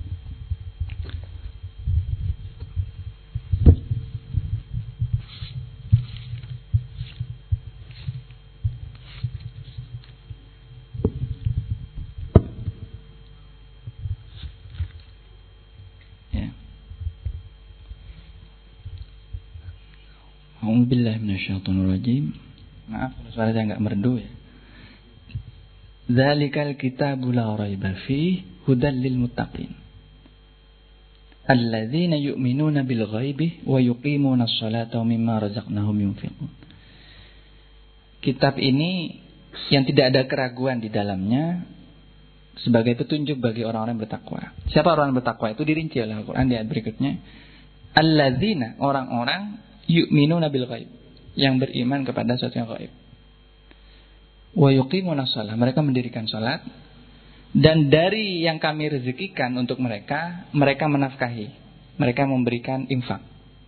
A'udzubillahi minasyaitonirrajim. Maaf kalau suara saya enggak merdu ya. Dzalikal kitabu la raiba fihi hudal lil muttaqin. Alladzina yu'minuna bil ghaibi wa yuqimuna ash-shalata wa mimma razaqnahum yunfiqun. Kitab ini yang tidak ada keraguan di dalamnya sebagai petunjuk bagi orang-orang yang bertakwa. Siapa orang yang bertakwa? Itu dirinci oleh Al-Qur'an di ayat berikutnya. Alladzina, orang-orang yu'minuna bil ghaib, yang beriman kepada sesuatu yang gaib. Wa yuqimuna shalah, mereka mendirikan salat, dan dari yang kami rezekikan untuk mereka, mereka menafkahi, mereka memberikan infak.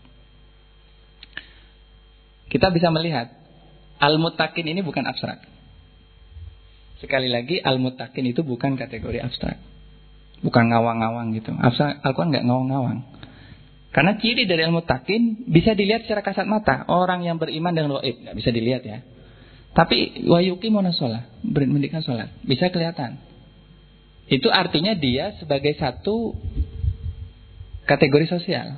Kita bisa melihat al-muttaqin ini bukan abstrak. Sekali lagi, al-muttaqin itu bukan kategori abstrak, bukan ngawang-ngawang gitu. Abstrak, Al-Quran nggak ngawang-ngawang. Karena ciri dari al-muttaqin bisa dilihat secara kasat mata. Orang yang beriman dengan gaib nggak bisa dilihat ya. Tapi wa yuqimuna shalah, mendirikan salat, bisa kelihatan. Itu artinya dia sebagai satu kategori sosial.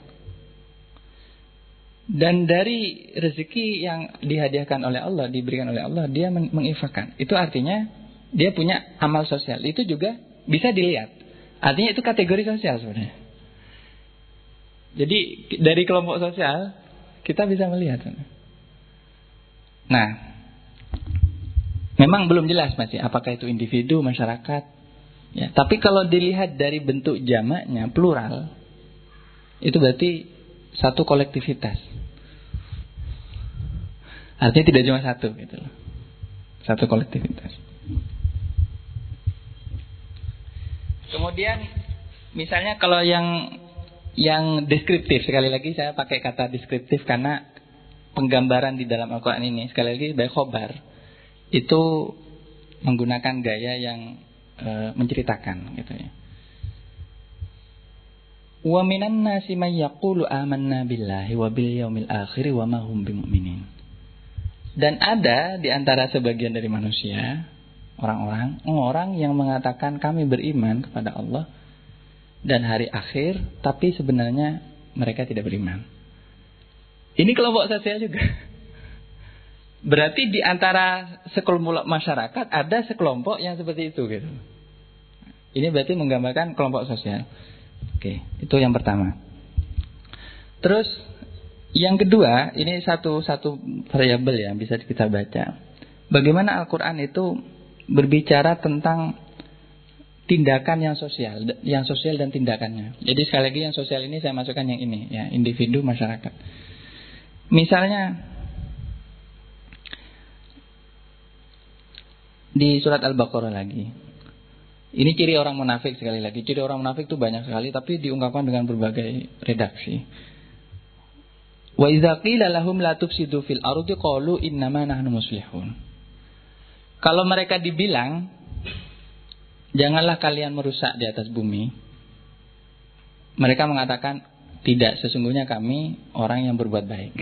Dan dari rezeki yang dihadiahkan oleh Allah, diberikan oleh Allah, dia menginfakkan. Itu artinya dia punya amal sosial. Itu juga bisa dilihat. Artinya itu kategori sosial sebenarnya. Jadi dari kelompok sosial kita bisa melihat. Nah, memang belum jelas masih apakah itu individu, masyarakat. Ya, tapi kalau dilihat dari bentuk jamaknya plural, itu berarti satu kolektivitas. Artinya tidak cuma satu gitu loh. Satu kolektivitas. Kemudian misalnya kalau yang yang deskriptif, sekali lagi saya pakai kata deskriptif karena penggambaran di dalam Al-Quran ini, sekali lagi baik khobar itu menggunakan gaya yang e, menceritakan gitu ya. Wa minan nasi may yaqulu amanna billahi wa bil yaumil akhir wa ma hum bimumin. Dan ada di antara sebagian dari manusia, orang-orang, orang yang mengatakan kami beriman kepada Allah dan hari akhir, tapi sebenarnya mereka tidak beriman. Ini kelompok sosial juga. Berarti di antara sekelompok masyarakat ada sekelompok yang seperti itu gitu. Ini berarti menggambarkan kelompok sosial. Oke, itu yang pertama. Terus yang kedua, ini satu satu variabel ya bisa kita baca. Bagaimana Al-Qur'an itu berbicara tentang tindakan yang sosial, yang sosial dan tindakannya. Jadi sekali lagi yang sosial ini saya masukkan yang ini, ya, individu, masyarakat. Misalnya di surat Al-Baqarah lagi. Ini ciri orang munafik sekali lagi. Ciri orang munafik itu banyak sekali, tapi diungkapkan dengan berbagai redaksi. Wa idza qila lahum la tufsidu fil ardi qalu innama nahnu muslihun. Kalau mereka dibilang janganlah kalian merusak di atas bumi, mereka mengatakan tidak, sesungguhnya kami orang yang berbuat baik.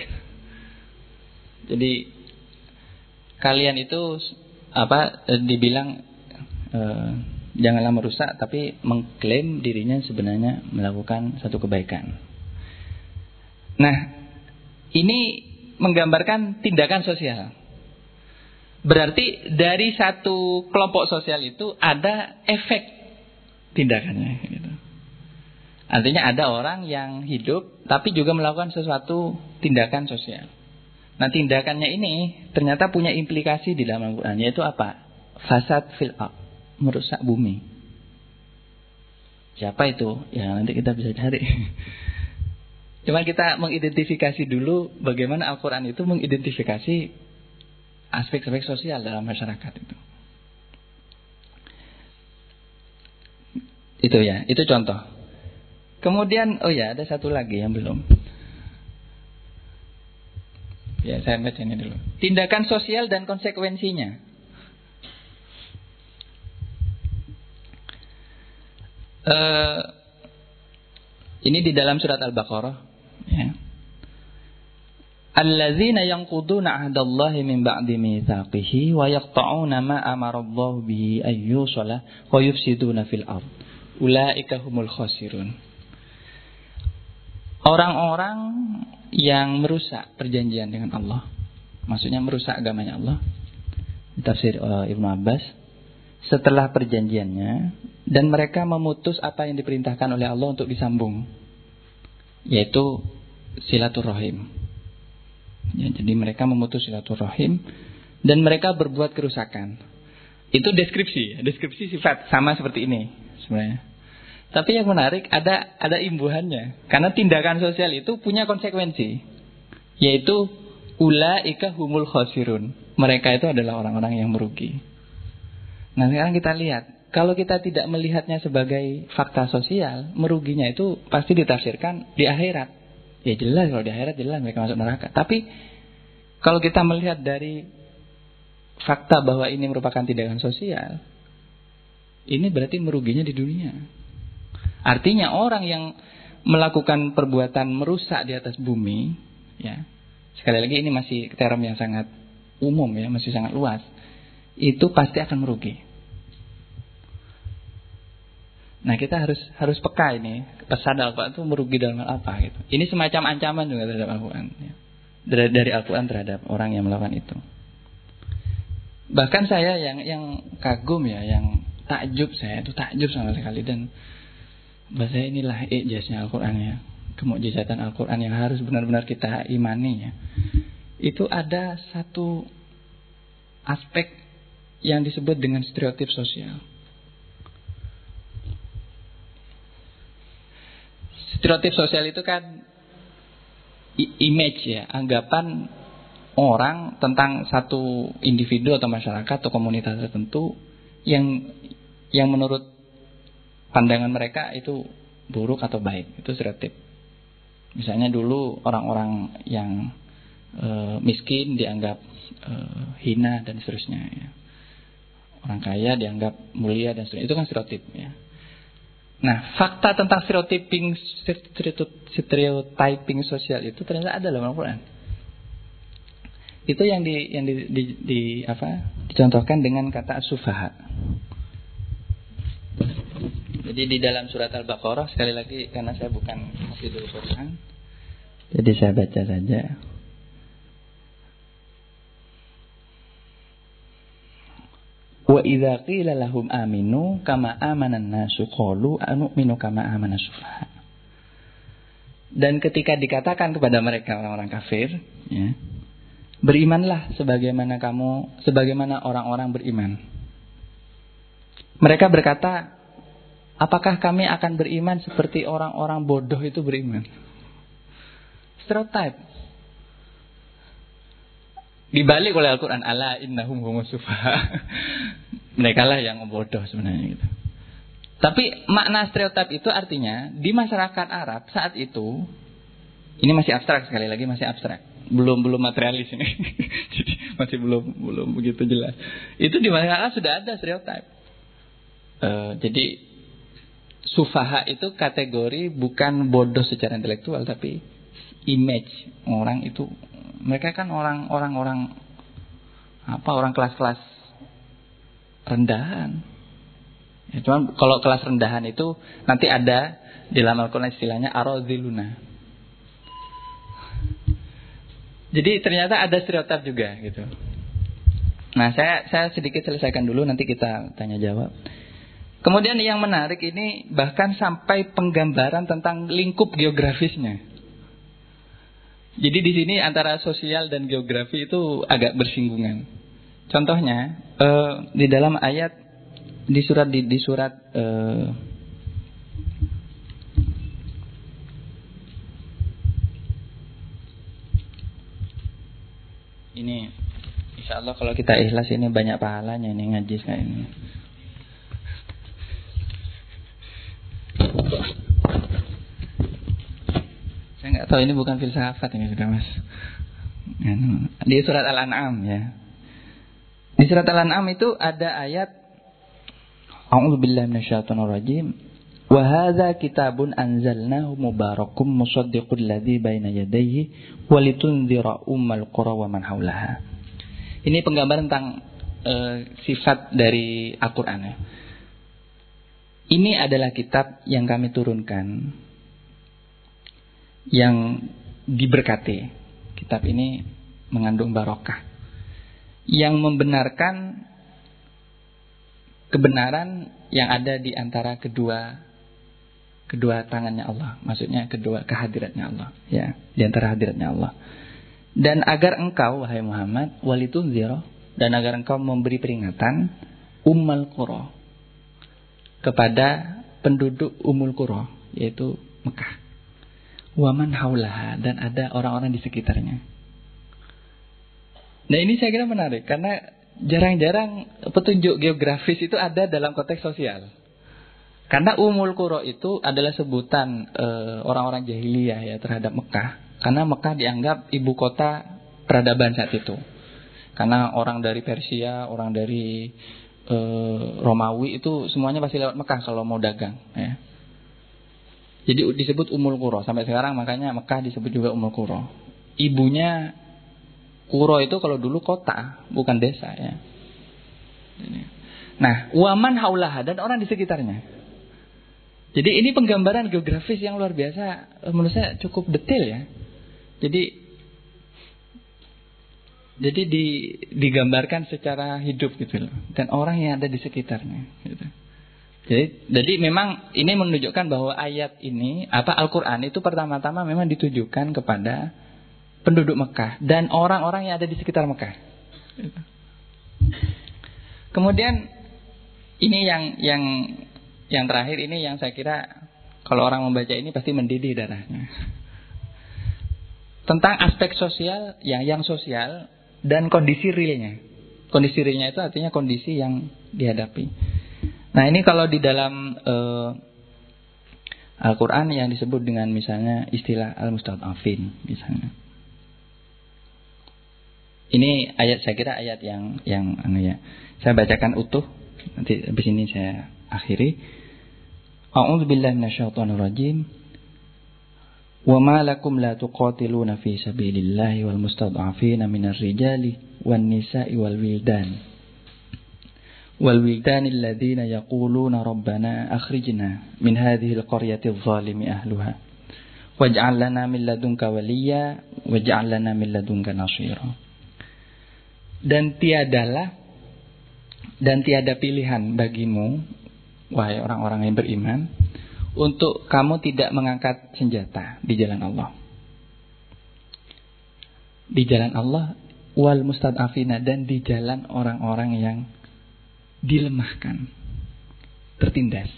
Jadi kalian itu apa dibilang e, janganlah merusak, tapi mengklaim dirinya sebenarnya melakukan satu kebaikan. Nah, ini menggambarkan tindakan sosial. Berarti dari satu kelompok sosial itu ada efek tindakannya gitu. Artinya ada orang yang hidup tapi juga melakukan sesuatu tindakan sosial. Nah, tindakannya ini ternyata punya implikasi di dalam Al-Quran, yaitu apa? Fasad fil ard, merusak bumi. Siapa itu? Ya nanti kita bisa cari. Cuma kita mengidentifikasi dulu bagaimana Al-Quran itu mengidentifikasi aspek-aspek sosial dalam masyarakat itu. Itu ya, itu contoh. Kemudian, oh ya, ada satu lagi yang belum. Ya, saya baca ini dulu. Tindakan sosial dan konsekuensinya. Uh, ini di dalam surat Al-Baqarah. Ya. Alladzina yanquduna ahdallahi min ba'di mitsaqihi wa yaqta'una ma amarallahu bihi ayyusala wa yufsiduna fil ard. Ulaika humul khasirun. Orang-orang yang merusak perjanjian dengan Allah, maksudnya merusak agamanya Allah, tafsir uh, Ibnu Abbas, setelah perjanjiannya dan mereka memutus apa yang diperintahkan oleh Allah untuk disambung, yaitu silaturahim. Ya, jadi mereka memutus silaturahim dan mereka berbuat kerusakan. Itu deskripsi, deskripsi sifat sama seperti ini sebenarnya. Tapi yang menarik ada ada imbuhannya. Karena tindakan sosial itu punya konsekuensi, yaitu ulaika humul khasirun. Mereka itu adalah orang-orang yang merugi. Nah, sekarang kita lihat, kalau kita tidak melihatnya sebagai fakta sosial, meruginya itu pasti ditafsirkan di akhirat. Ya jelas, kalau di akhirat jelas mereka masuk neraka. Tapi kalau kita melihat dari fakta bahwa ini merupakan tindakan sosial, ini berarti meruginya di dunia. Artinya orang yang melakukan perbuatan merusak di atas bumi, ya, sekali lagi ini masih term yang sangat umum ya, masih sangat luas, itu pasti akan merugi. Nah, kita harus harus peka ini, pesan Al-Quran itu merugi dalam hal apa gitu. Ini semacam ancaman juga terhadap Al-Quran ya. Dari, dari Al-Quran terhadap orang yang melakukan itu. Bahkan saya yang yang kagum ya, yang takjub, saya itu takjub sama sekali. Dan bahasa inilah ijaznya Al-Quran ya, kemukjizatan Al-Quran yang harus benar-benar kita imani ya. Itu ada satu aspek yang disebut dengan stereotip sosial. Stereotip sosial itu kan image ya, anggapan orang tentang satu individu atau masyarakat atau komunitas tertentu yang yang menurut pandangan mereka itu buruk atau baik. Itu stereotip. Misalnya dulu orang-orang yang e, miskin dianggap e, hina dan seterusnya ya. Orang kaya dianggap mulia dan seterusnya. Itu kan stereotip ya. Nah, fakta tentang stereotyping stereotyping sosial itu ternyata ada dalam Al-Quran. Itu yang di yang di, di, di apa? Dicontohkan dengan kata as-sufaha. Jadi di dalam surat Al-Baqarah, sekali lagi karena saya bukan hafizul Quran, jadi saya baca saja. Wa idza qila lahum aminu kama amanan nasu qalu anu'minu kama amanas sufaha. Dan ketika dikatakan kepada mereka orang-orang kafir, ya, berimanlah sebagaimana kamu, sebagaimana orang-orang beriman. Mereka berkata, apakah kami akan beriman seperti orang-orang bodoh itu beriman? Stereotype. Dibalik oleh Al-Quran, ala innahum humus sufaha. Mereka lah yang bodoh sebenarnya gitu. Tapi makna stereotip itu artinya di masyarakat Arab saat itu, ini masih abstrak, sekali lagi masih abstrak, belum belum materialis ini. Jadi masih belum belum begitu jelas. Itu di masyarakat Arab sudah ada stereotip. Uh, jadi sufaha itu kategori bukan bodoh secara intelektual, tapi image orang itu. Mereka kan orang-orang orang apa orang kelas-kelas rendahan. Ya, cuman kalau kelas rendahan itu nanti ada di dalam Al-Quran istilahnya aradhiluna. Jadi ternyata ada stereotip juga gitu. Nah, saya saya sedikit selesaikan dulu, nanti kita tanya jawab. Kemudian yang menarik ini bahkan sampai penggambaran tentang lingkup geografisnya. Jadi di sini antara sosial dan geografi itu agak bersinggungan. Contohnya uh, di dalam ayat di surat di, di surat uh, ini, insya Allah kalau kita ikhlas ini banyak pahalanya ini ngaji kayak ini. Saya nggak tahu, ini bukan filsafat ini sudah mas. Di surat Al-An'am ya. Di surat Al-An'am itu ada ayat A'udzubillahi minasyaitonirrajim. Wa hadza kitabun anzalnahu mubarakum musaddiqul ladzi baina yadayhi walitunzira ummal qura wa man haulaha. Ini penggambaran tentang uh, sifat dari Al-Qur'an ya. Ini adalah kitab yang kami turunkan yang diberkati. Kitab ini mengandung barokah yang membenarkan kebenaran yang ada di antara kedua kedua tangannya Allah, maksudnya kedua kehadiratnya Allah, ya, di antara hadiratnya Allah. Dan agar engkau wahai Muhammad walitunzira, dan agar engkau memberi peringatan ummal qura, kepada penduduk Ummul Qura, yaitu Mekah. Waman haulaha, dan ada orang-orang di sekitarnya. Nah ini saya kira menarik karena jarang-jarang petunjuk geografis itu ada dalam konteks sosial. Karena Ummul Qura itu adalah sebutan e, orang-orang jahiliyah ya terhadap Mekah. Karena Mekah dianggap ibu kota peradaban saat itu. Karena orang dari Persia, orang dari e, Romawi itu semuanya pasti lewat Mekah kalau mau dagang ya. Jadi disebut Ummul Qura sampai sekarang, makanya Mekah disebut juga Ummul Qura. Ibunya Qura itu kalau dulu kota, bukan desa ya. Nah, waman haulaha, dan orang di sekitarnya. Jadi ini penggambaran geografis yang luar biasa, menurut saya cukup detail ya. Jadi jadi di, digambarkan secara hidup gitu loh, dan orang yang ada di sekitarnya gitu. Jadi, jadi memang ini menunjukkan bahwa ayat ini, apa Al-Quran itu pertama-tama memang ditujukan kepada penduduk Mekah dan orang-orang yang ada di sekitar Mekah. Kemudian ini yang yang yang terakhir ini yang saya kira kalau orang membaca ini pasti mendidih darahnya. Tentang aspek sosial, ya, yang sosial dan kondisi realnya. Kondisi realnya itu artinya kondisi yang dihadapi. Nah ini kalau di dalam uh, Al-Quran yang disebut dengan misalnya istilah al-mustad'afin misalnya. Ini ayat, saya kira ayat yang yang anu ya. Saya bacakan utuh, nanti habis ini saya akhiri. A'udzubillahi minasyaitonirrajim. Wa ma lakum la tuqatiluna fi sabilillahi wal mustad'afina minar rijali wan nisa'i wal wildan. Wal wildanil ladzina yaquluna rabbana akhrijna min hadhil qaryatil zalimi ahluha waj'al lana min ladunka waliyya waj'al lana min ladunka nasira. Dan tiadalah dan tiada pilihan bagimu wahai orang-orang yang beriman untuk kamu tidak mengangkat senjata di jalan Allah. Di jalan Allah wal mustad'afina, dan di jalan orang-orang yang dilemahkan, tertindas.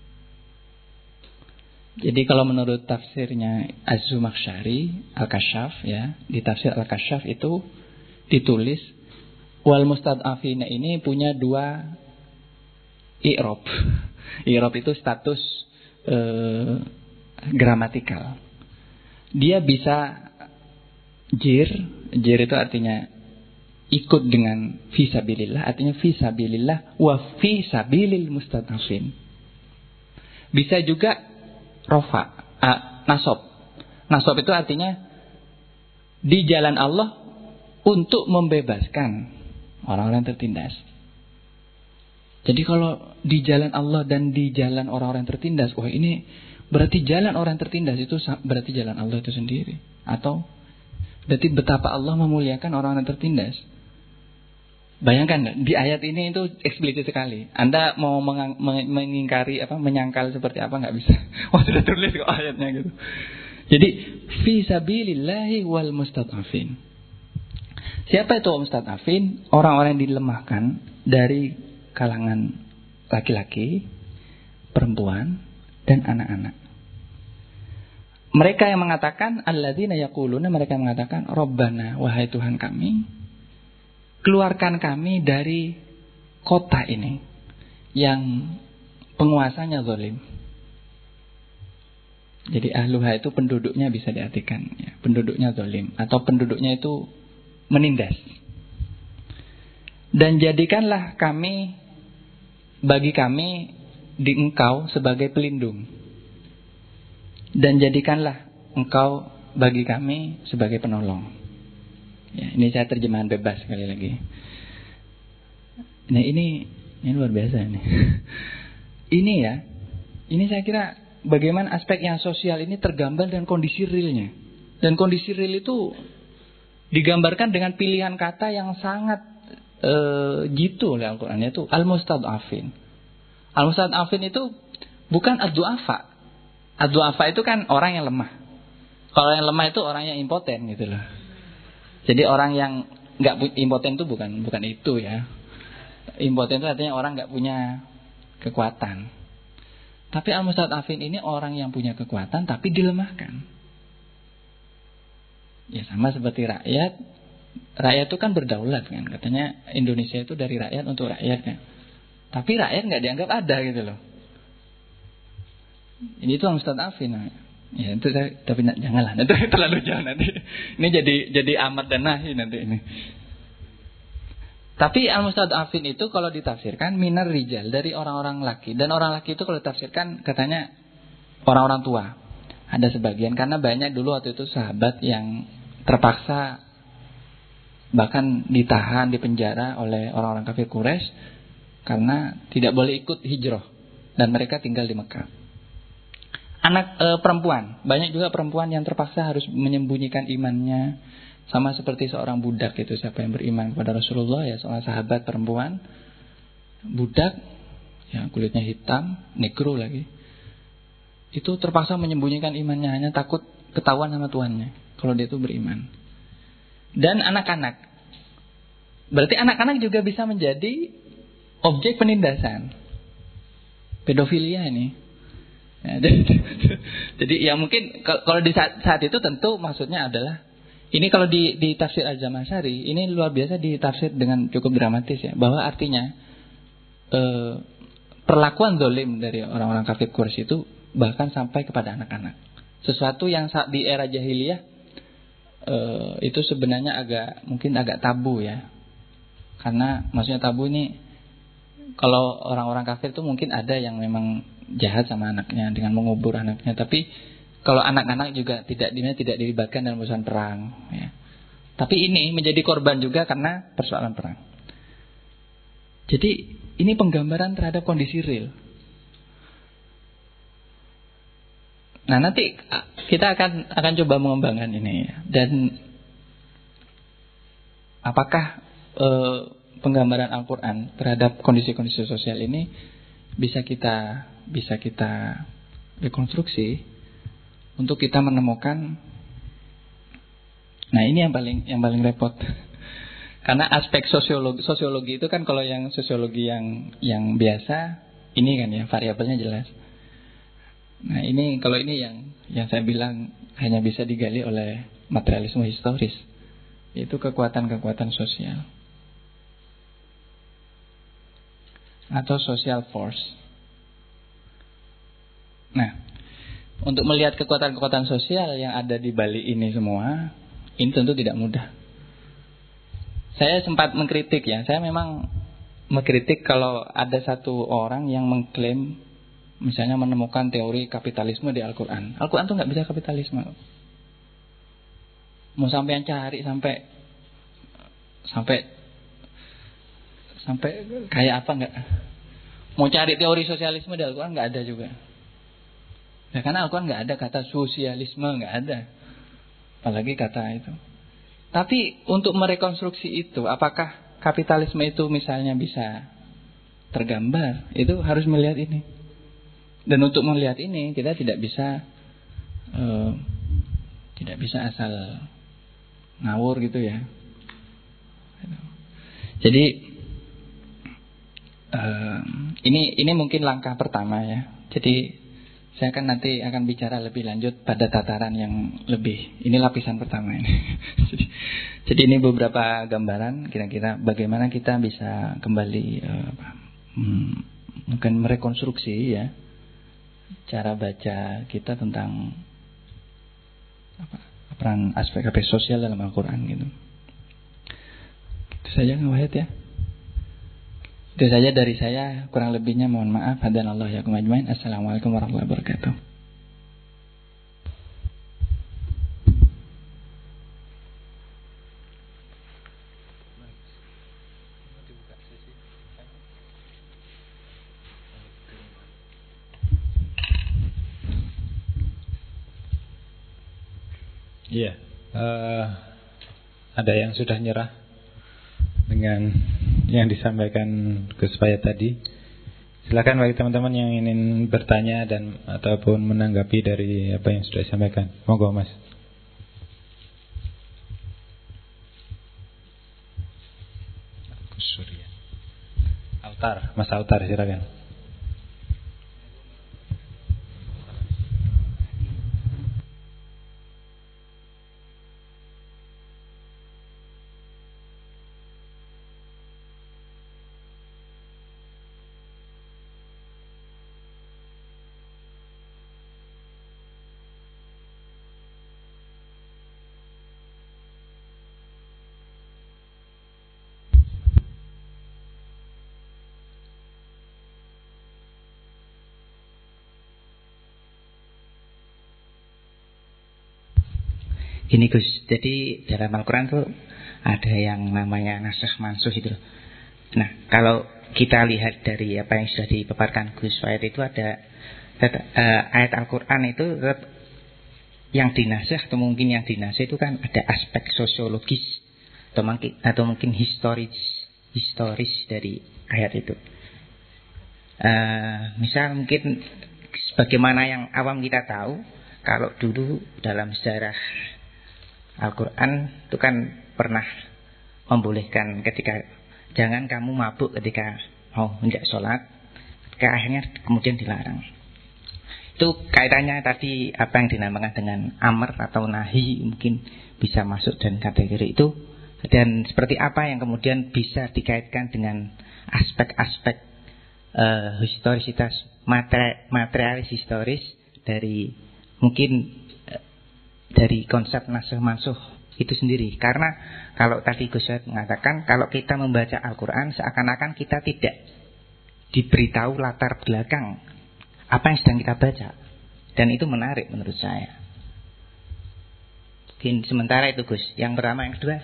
Jadi kalau menurut tafsirnya Az-Zamakhsyari Al-Kasyaf ya, di tafsir Al-Kasyaf itu ditulis wal mustad'afina ini punya dua i'rab. I'rab itu status eh, gramatikal. Dia bisa jir, jir itu artinya ikut dengan fisabilillah, artinya fisabilillah wa fisabilil mustad'afin. Bisa juga rofa, ah, nasob. Nasob itu artinya di jalan Allah untuk membebaskan orang-orang yang tertindas. Jadi kalau di jalan Allah dan di jalan orang-orang yang tertindas, wah ini berarti jalan orang yang tertindas itu berarti jalan Allah itu sendiri. Atau berarti betapa Allah memuliakan orang yang tertindas. Bayangkan di ayat ini itu eksplisit sekali. Anda mau mengang, mengingkari apa, menyangkal seperti apa nggak bisa. Oh sudah tulis kok ayatnya gitu. Jadi fi sabilillahi wal mustad'afin. Siapa itu mustad'afin? Orang-orang yang dilemahkan dari kalangan laki-laki, perempuan, dan anak-anak. Mereka yang mengatakan alladzina yaquluna, mereka yang mengatakan Rabbana, wahai Tuhan kami, keluarkan kami dari kota ini yang penguasanya zalim. Jadi ahluha itu penduduknya bisa diartikan ya, penduduknya zalim atau penduduknya itu menindas. Dan jadikanlah kami bagi kami di engkau sebagai pelindung. Dan jadikanlah engkau bagi kami sebagai penolong. Ya, ini saya terjemahan bebas sekali lagi. Nah ini ini luar biasa ini. Ini ya, ini saya kira bagaimana aspek yang sosial ini tergambar dengan kondisi realnya. Dan kondisi real itu digambarkan dengan pilihan kata yang sangat uh, jitu oleh Al-Quran, yaitu al-mustad'afin. Al-mustad'afin itu bukan ad-du'afa. Ad-du'afa itu kan orang yang lemah. Kalau yang lemah itu orang yang impoten gitu loh. Jadi orang yang nggak impoten itu bukan bukan itu ya. Impoten itu artinya orang nggak punya kekuatan. Tapi al-mustad'afin ini orang yang punya kekuatan tapi dilemahkan. Ya sama seperti rakyat. Rakyat itu kan berdaulat kan. Katanya Indonesia itu dari rakyat untuk rakyat kan. Tapi rakyat nggak dianggap ada gitu loh. Ini itu al-mustad'afin. Ya itu tapi janganlah. Itu terlalu jauh nanti. Ini jadi jadi amat dan nahi nanti ini. Tapi al-mustad'afin itu kalau ditafsirkan minar rijal, dari orang-orang laki. Dan orang laki itu kalau ditafsirkan katanya orang-orang tua. Ada sebagian karena banyak dulu waktu itu sahabat yang terpaksa bahkan ditahan, dipenjara oleh orang-orang kafir Quraisy karena tidak boleh ikut hijrah dan mereka tinggal di Mekah. Anak e, perempuan, banyak juga perempuan yang terpaksa harus menyembunyikan imannya. Sama seperti seorang budak itu, siapa yang beriman kepada Rasulullah ya, seorang sahabat perempuan budak ya, kulitnya hitam, negro lagi. Itu terpaksa menyembunyikan imannya, hanya takut ketahuan sama tuannya kalau dia itu beriman. Dan anak-anak, berarti anak-anak juga bisa menjadi objek penindasan, pedofilia ini ya, jadi, jadi ya mungkin kalau di saat, saat itu tentu maksudnya adalah ini kalau di, di tafsir Al-Jamasyari ini luar biasa ditafsir dengan cukup dramatis ya, bahwa artinya eh, perlakuan zalim dari orang-orang kafir Quraisy itu bahkan sampai kepada anak-anak. Sesuatu yang saat di era jahiliyah eh, itu sebenarnya agak mungkin agak tabu ya. Karena maksudnya tabu ini kalau orang-orang kafir itu mungkin ada yang memang jahat sama anaknya dengan mengubur anaknya, tapi kalau anak-anak juga tidak tidak dilibatkan dalam urusan perang ya. Tapi ini menjadi korban juga karena persoalan perang. Jadi ini penggambaran terhadap kondisi real. Nah nanti kita akan akan coba mengembangkan ini ya. Dan apakah eh, penggambaran Al-Quran terhadap kondisi-kondisi sosial ini bisa kita bisa kita rekonstruksi untuk kita menemukan. Nah ini yang paling yang paling repot. Karena aspek sosiologi sosiologi itu kan kalau yang sosiologi yang yang biasa ini kan ya variabelnya jelas. Nah ini kalau ini yang yang saya bilang hanya bisa digali oleh materialisme historis, yaitu kekuatan-kekuatan sosial atau social force. Nah untuk melihat kekuatan-kekuatan sosial yang ada di balik ini semua, ini tentu tidak mudah. Saya sempat mengkritik ya, saya memang mengkritik kalau ada satu orang yang mengklaim, misalnya menemukan teori kapitalisme di Al-Quran. Al-Quran tuh nggak bisa kapitalisme. Mau sampai yang cari sampai sampai sampai kayak apa nggak? Mau cari teori sosialisme di Al-Quran nggak ada juga. Ya karena Al-Quran nggak ada kata sosialisme, nggak ada, apalagi kata itu. Tapi untuk merekonstruksi itu, apakah kapitalisme itu misalnya bisa tergambar, itu harus melihat ini. Dan untuk melihat ini kita tidak bisa uh, tidak bisa asal ngawur gitu ya. Jadi uh, ini ini mungkin langkah pertama ya. Jadi saya kan nanti akan bicara lebih lanjut pada tataran yang lebih. Ini lapisan pertama ini. jadi, jadi ini beberapa gambaran kira-kira bagaimana kita bisa kembali uh, hmm, mungkin merekonstruksi ya cara baca kita tentang apa, peran aspek-aspek sosial dalam Al-Quran gitu. Itu saja Kang Wahid ya. Itu saja dari saya, kurang lebihnya mohon maaf. Hadanallahu yakum ajmain. Assalamualaikum warahmatullahi wabarakatuh. Iya, uh, ada yang sudah nyerah dengan yang disampaikan Gus Fayat tadi. Silakan bagi teman-teman yang ingin bertanya dan ataupun menanggapi dari apa yang sudah disampaikan. Monggo Mas. Autar, Mas Autar silakan. Gini Gus, jadi dalam Al-Quran tuh ada yang namanya nasakh mansuh itu. Nah, kalau kita lihat dari apa yang sudah dipaparkan Gus Fayat itu ada uh, ayat Al-Quran itu yang dinasakh atau mungkin yang dinasakh itu kan ada aspek sosiologis atau mungkin atau mungkin historis historis dari ayat itu. Uh, misal mungkin sebagaimana yang awam kita tahu, kalau dulu dalam sejarah Al-Quran itu kan pernah membolehkan ketika jangan kamu mabuk ketika mau hendak sholat, ketika akhirnya kemudian dilarang. Itu kaitannya tadi apa yang dinamakan dengan amr atau nahi mungkin bisa masuk dan kategori itu. Dan seperti apa yang kemudian bisa dikaitkan dengan aspek-aspek uh, historisitas materi, materialis historis dari mungkin dari konsep nasakh mansuh itu sendiri. Karena kalau tadi Gus Fayat mengatakan kalau kita membaca Al-Quran seakan-akan kita tidak diberitahu latar belakang apa yang sedang kita baca. Dan itu menarik menurut saya. Mungkin sementara itu Gus. Yang pertama, yang kedua.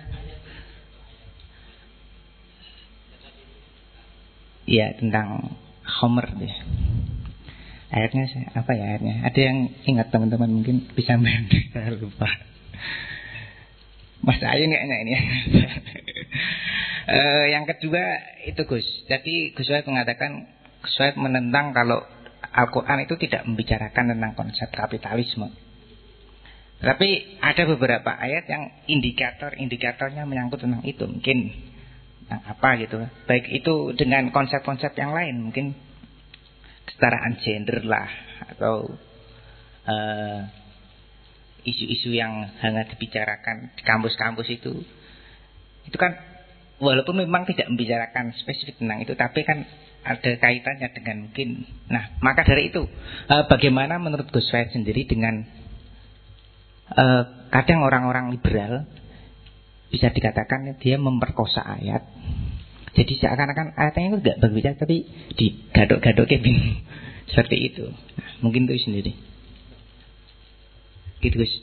Iya, tentang Homer deh. Ayatnya apa ya ayatnya? Ada yang ingat teman-teman mungkin bisa membantu. Saya lupa. Mas Ayu kayaknya ini. uh, yang kedua itu Gus. Jadi Gus Fayat mengatakan, Gus Fayat menentang kalau Al-Quran itu tidak membicarakan tentang konsep kapitalisme. Tapi ada beberapa ayat yang indikator-indikatornya menyangkut tentang itu. Mungkin tentang apa gitu. Baik itu dengan konsep-konsep yang lain. Mungkin kesetaraan gender lah, atau uh, isu-isu yang hangat dibicarakan di kampus-kampus itu. Itu kan walaupun memang tidak membicarakan spesifik tentang itu, tapi kan ada kaitannya dengan mungkin. Nah, maka dari itu uh, bagaimana menurut Gus Fayat sendiri dengan uh, kadang orang-orang liberal bisa dikatakan dia memperkosa ayat. Jadi seakan-akan ayatnya itu tidak berbicara, tapi digadok-gadok kayak seperti itu. Nah, mungkin itu sendiri. Gitu Gus.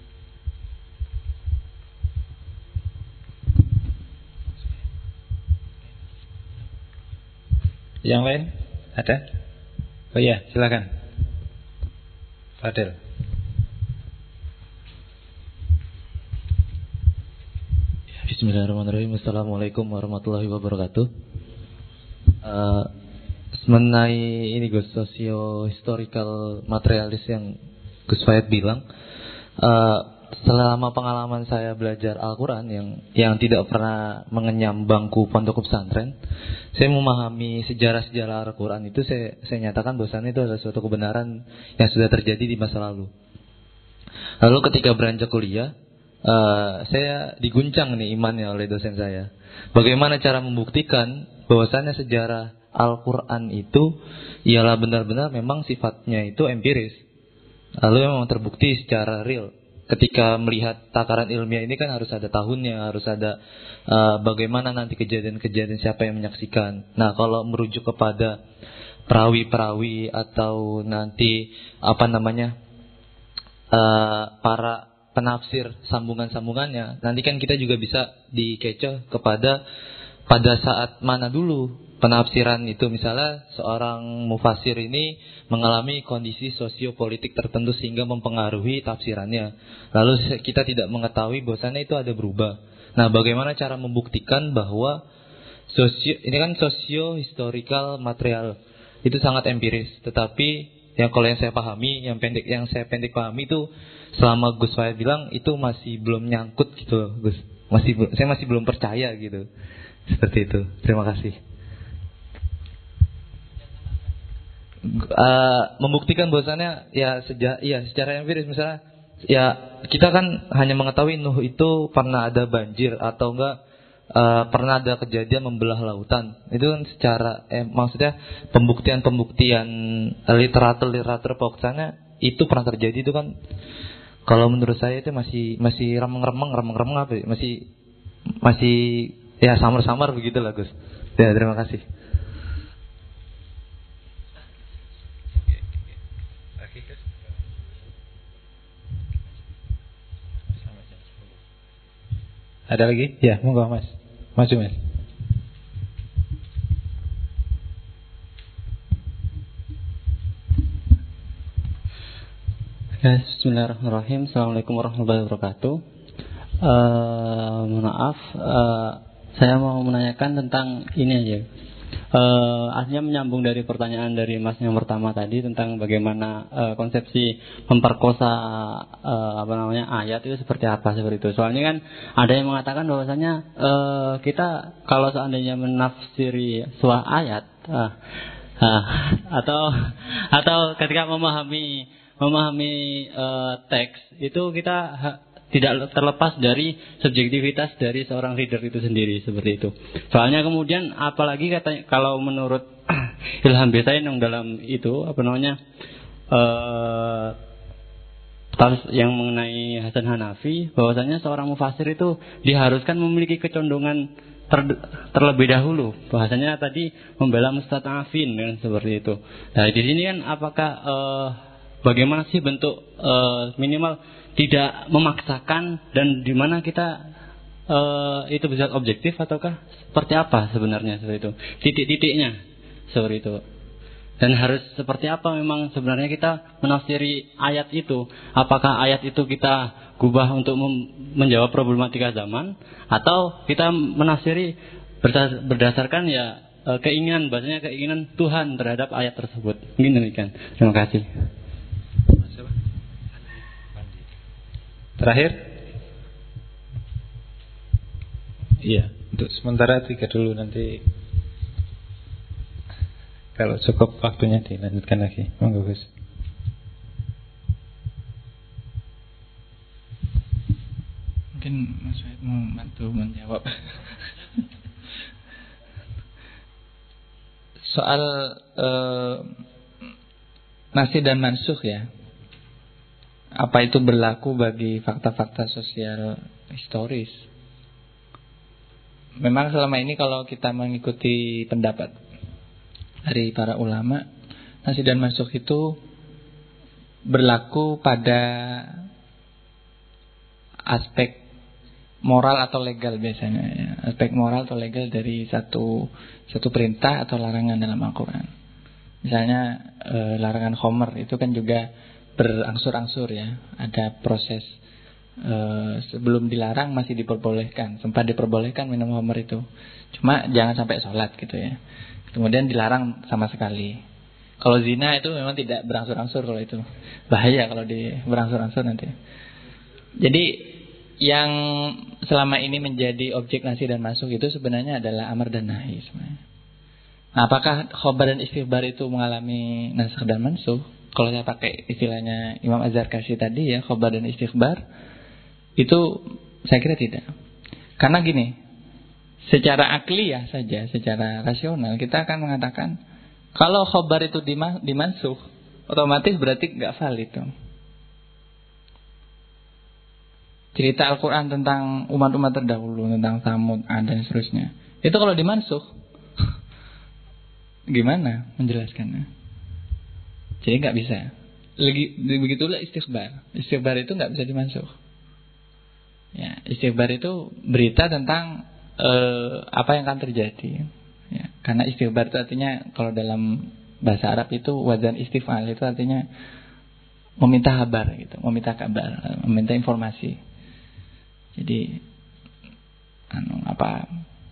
Yang lain ada? Oh iya, silakan. Fadil. Bismillahirrahmanirrahim. Assalamualaikum warahmatullahi wabarakatuh. uh, Mengenai ini Gus, socio-historical materialis yang Gus Fayat bilang, uh, selama pengalaman saya belajar Al-Quran yang yang tidak pernah mengenyam bangku pondok pesantren, saya memahami sejarah-sejarah Al-Quran itu saya, saya nyatakan bahwasannya itu adalah suatu kebenaran yang sudah terjadi di masa lalu. Lalu ketika beranjak kuliah, Uh, saya diguncang nih imannya oleh dosen saya. Bagaimana cara membuktikan bahwasannya sejarah Al-Quran itu ialah benar-benar memang sifatnya itu empiris. Lalu memang terbukti secara real. Ketika melihat takaran ilmiah ini kan harus ada tahunnya, harus ada uh, bagaimana nanti kejadian-kejadian, siapa yang menyaksikan. Nah, kalau merujuk kepada perawi-perawi atau nanti apa namanya uh, para penafsir sambungan-sambungannya, nanti kan kita juga bisa dikecoh kepada pada saat mana dulu penafsiran itu. Misalnya seorang mufasir ini mengalami kondisi sosiopolitik tertentu sehingga mempengaruhi tafsirannya, lalu kita tidak mengetahui bahwasannya itu ada berubah. Nah, bagaimana cara membuktikan bahwa sosio, ini kan sosio historical material itu sangat empiris, tetapi yang kalau yang saya pahami, yang pendek yang saya pendek pahami itu selama Gus Wahid bilang itu masih belum nyangkut gitu, Gus. Masih saya masih belum percaya gitu. Seperti itu. Terima kasih. Uh, membuktikan bahwasannya ya sejak ya secara empiris, misalnya ya kita kan hanya mengetahui Nuh itu pernah ada banjir atau enggak uh, pernah ada kejadian membelah lautan. Itu kan secara eh, maksudnya pembuktian-pembuktian literatur-literatur pokoknya itu pernah terjadi itu kan. Kalau menurut saya itu masih masih remeng-remeng remeng-remeng apa ya? Masih masih ya samar-samar begitulah, Gus. Ya, terima kasih. Ada lagi? Ya, monggo Mas. Maju Mas. Ya, bismillahirrahmanirrahim. Assalamualaikum warahmatullahi wabarakatuh. Uh, maaf, uh, saya mau menanyakan tentang ini aja. Uh, artinya menyambung dari pertanyaan dari Mas yang pertama tadi tentang bagaimana uh, konsepsi memperkosa uh, apa namanya ayat itu seperti apa seperti itu. Soalnya kan ada yang mengatakan bahwasanya uh, kita kalau seandainya menafsiri sebuah ayat uh, uh, atau atau ketika memahami memahami uh, teks itu kita ha, tidak terlepas dari subjektivitas dari seorang reader itu sendiri seperti itu. Soalnya kemudian apalagi katanya kalau menurut Ilham Besain yang dalam itu apa namanya uh, yang mengenai Hasan Hanafi bahwasanya seorang mufasir itu diharuskan memiliki kecondongan ter, terlebih dahulu. Bahasanya tadi membela mustad'afin kan seperti itu. Nah, di sini kan apakah uh, bagaimana sih bentuk uh, minimal tidak memaksakan dan di mana kita uh, itu bisa objektif ataukah seperti apa sebenarnya seperti itu titik-titiknya seperti itu dan harus seperti apa memang sebenarnya kita menafsiri ayat itu, apakah ayat itu kita gubah untuk menjawab problematika zaman atau kita menafsiri berdasarkan ya uh, keinginan bahasanya keinginan Tuhan terhadap ayat tersebut. Mungkin demikian. Terima kasih. Terakhir? Iya, untuk sementara tiga dulu, nanti kalau cukup waktunya dilanjutkan lagi. Monggo Gus. Mungkin Mas Wahid mau bantu menjawab. Soal uh, nasih dan mansukh ya. Apa itu berlaku bagi fakta-fakta sosial historis? Memang selama ini kalau kita mengikuti pendapat dari para ulama, nasih dan mansukh itu berlaku pada aspek moral atau legal biasanya ya. Aspek moral atau legal dari satu satu perintah atau larangan dalam Al-Quran. Misalnya e, larangan khamr itu kan juga berangsur-angsur ya, ada proses e, sebelum dilarang masih diperbolehkan, sempat diperbolehkan minum khamr itu, cuma jangan sampai sholat gitu ya. Kemudian dilarang sama sekali. Kalau zina itu memang tidak berangsur-angsur, kalau itu bahaya kalau di berangsur-angsur nanti. Jadi yang selama ini menjadi objek nasih dan mansukh itu sebenarnya adalah amar dan nahi sebenarnya. Nah, apakah khobar dan istighbar itu mengalami nasakh dan mansukh? Kalau saya pakai istilahnya Imam Az-Zarkashi tadi ya, khobar dan istighbar, itu saya kira tidak. Karena gini, secara akliyah saja, secara rasional kita akan mengatakan kalau khobar itu dimansuh, otomatis berarti nggak valid dong. Cerita Al-Quran tentang umat-umat terdahulu, tentang Tsamud, Ad dan seterusnya, itu kalau dimansuh, gimana menjelaskannya? Jadi nggak bisa. Lagi begitulah istighbar. Istighbar itu nggak bisa dimansuh. Ya, istighbar itu berita tentang uh, apa yang akan terjadi. Ya, karena istighbar itu artinya kalau dalam bahasa Arab itu wazan istif'al, itu artinya meminta kabar gitu, meminta kabar, meminta informasi. Jadi anu apa?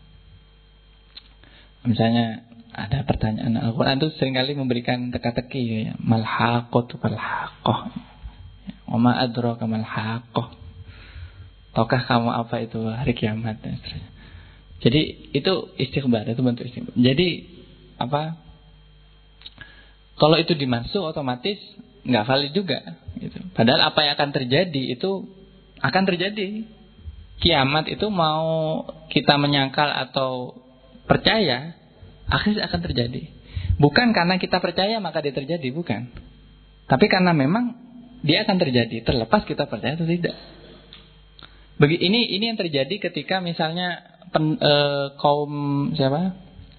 Misalnya ada pertanyaan, Al-Quran itu seringkali memberikan teka-teki ya, malhaqatu falhaqah. Wa ma adraka malhaqah. Tahukah kamu apa itu hari kiamat dan seterusnya. Jadi itu istighbar, itu bentuk istighbar. Jadi apa? Kalau itu dimansuh otomatis nggak valid juga gitu. Padahal apa yang akan terjadi itu akan terjadi. Kiamat itu mau kita menyangkal atau percaya, akhirnya akan terjadi. Bukan karena kita percaya maka dia terjadi, bukan. Tapi karena memang dia akan terjadi, terlepas kita percaya atau tidak. Bagi ini ini yang terjadi ketika misalnya pen, e, kaum siapa?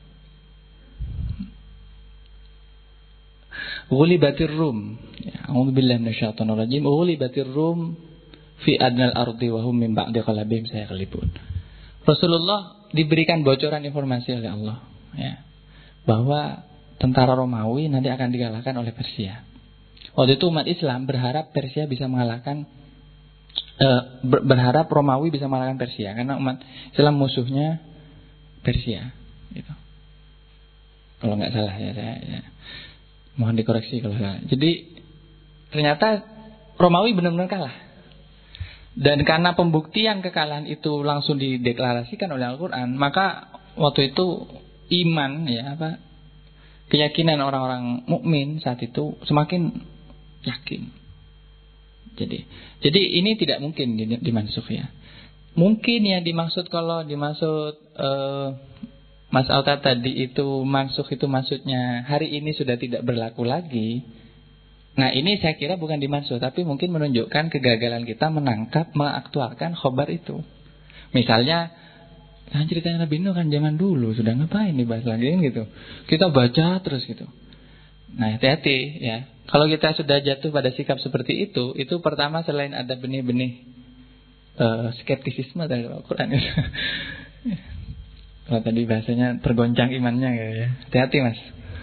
Ghulibatir Rum. Ya, a'udzubillahi minasyaitonir rajim. Ghulibatir Rum fi adnal ardi wa hum min ba'di qalabihim sayaghlibun. Rasulullah diberikan bocoran informasi oleh Allah, ya, bahwa tentara Romawi nanti akan dikalahkan oleh Persia. Waktu itu umat Islam berharap Persia bisa mengalahkan eh, ber, berharap Romawi bisa mengalahkan Persia karena umat Islam musuhnya Persia, gitu. Kalau nggak salah ya, saya ya. Mohon dikoreksi kalau salah. Jadi ternyata Romawi benar-benar kalah. Dan karena pembuktian kekalahan itu langsung dideklarasikan oleh Al-Quran, maka waktu itu iman, ya apa, keyakinan orang-orang mukmin saat itu semakin yakin. Jadi, jadi ini tidak mungkin dimansuh ya. Mungkin yang dimaksud kalau dimaksud uh, Mas Alta tadi itu mansuh itu maksudnya hari ini sudah tidak berlaku lagi. Nah ini saya kira bukan dimansuh, tapi mungkin menunjukkan kegagalan kita menangkap, mengaktualkan khobar itu. Misalnya, kan ceritanya Nabi Nuh kan zaman dulu, sudah ngapain dibahas lagi gitu. Kita baca terus gitu. Nah hati-hati ya. Kalau kita sudah jatuh pada sikap seperti itu, itu pertama selain ada benih-benih uh, skeptisisme dari Al-Quran itu. Kalau tadi bahasanya tergoncang imannya gitu ya. Hati-hati mas.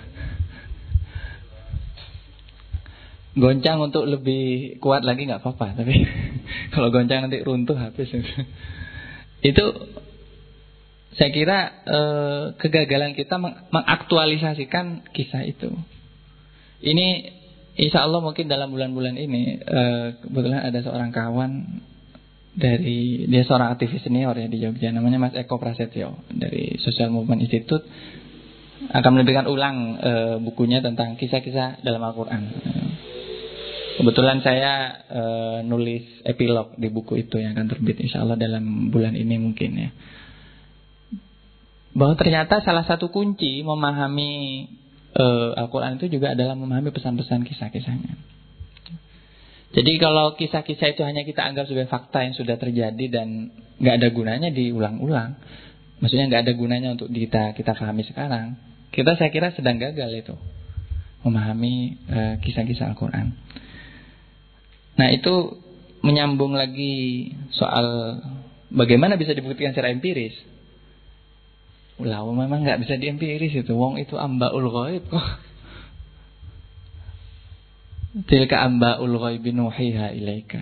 Goncang untuk lebih kuat lagi nggak apa-apa, tapi kalau goncang nanti runtuh habis. Itu saya kira eh, kegagalan kita meng- mengaktualisasikan kisah itu. Ini insya Allah mungkin dalam bulan-bulan ini eh, kebetulan ada seorang kawan dari dia seorang aktivis senior ya di Jogja, namanya Mas Eko Prasetyo dari Social Movement Institute, akan menerbitkan ulang eh, bukunya tentang kisah-kisah dalam Al-Quran. Kebetulan saya e, nulis epilog di buku itu yang akan terbit insya Allah dalam bulan ini mungkin ya. Bahwa ternyata salah satu kunci memahami e, Al-Quran itu juga adalah memahami pesan-pesan kisah-kisahnya. Jadi kalau kisah-kisah itu hanya kita anggap sebagai fakta yang sudah terjadi dan nggak ada gunanya diulang-ulang, maksudnya nggak ada gunanya untuk kita kita pahami sekarang, kita saya kira sedang gagal itu memahami e, kisah-kisah Al-Quran. Nah itu menyambung lagi soal bagaimana bisa dibuktikan secara empiris. Lah memang nggak bisa diempiris itu. Wong itu ambaul ghaib kok. Tilka ambaul ghaibi nuhiha ilaika.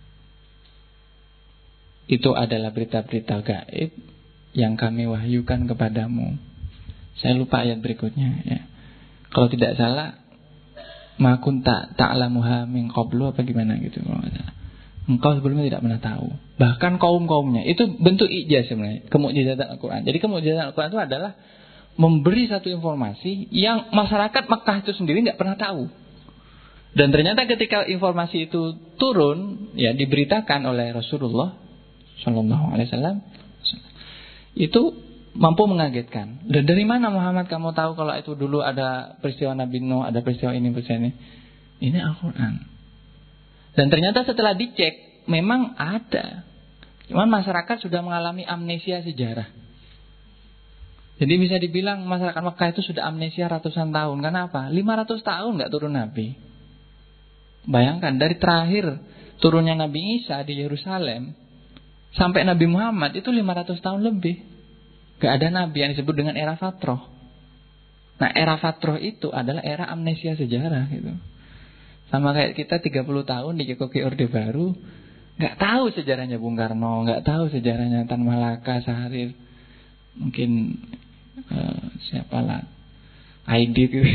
Itu adalah berita-berita gaib yang kami wahyukan kepadamu. Saya lupa ayat berikutnya ya. Kalau tidak salah, ma kunta ta'lamuha min qablu apa gimana gitu kalau enggak salah. Engkau sebelumnya tidak pernah tahu. Bahkan kaum-kaumnya itu bentuk ijaz sebenarnya, kemukjizatan Al-Qur'an. Jadi kemukjizatan Al-Qur'an itu adalah memberi satu informasi yang masyarakat Mekah itu sendiri enggak pernah tahu. Dan ternyata ketika informasi itu turun, ya diberitakan oleh Rasulullah sallallahu alaihi wasallam, itu mampu mengagetkan. Dan dari mana Muhammad kamu tahu kalau itu dulu ada peristiwa Nabi Nuh, ada peristiwa ini, peristiwa ini? Ini Al-Quran. Dan ternyata setelah dicek, memang ada. Cuman masyarakat sudah mengalami amnesia sejarah. Jadi bisa dibilang masyarakat Mekah itu sudah amnesia ratusan tahun. Kenapa? lima ratus tahun nggak turun Nabi. Bayangkan dari terakhir turunnya Nabi Isa di Yerusalem sampai Nabi Muhammad itu lima ratus tahun lebih. Gak ada Nabi yang disebut dengan era Fatroh. Nah era Fatroh itu adalah era amnesia sejarah gitu. Sama kayak kita tiga puluh tahun dikekoki Orde Baru, gak tahu sejarahnya Bung Karno, gak tahu sejarahnya Tan Malaka, Syahrir, mungkin uh, siapalah Aidit gitu.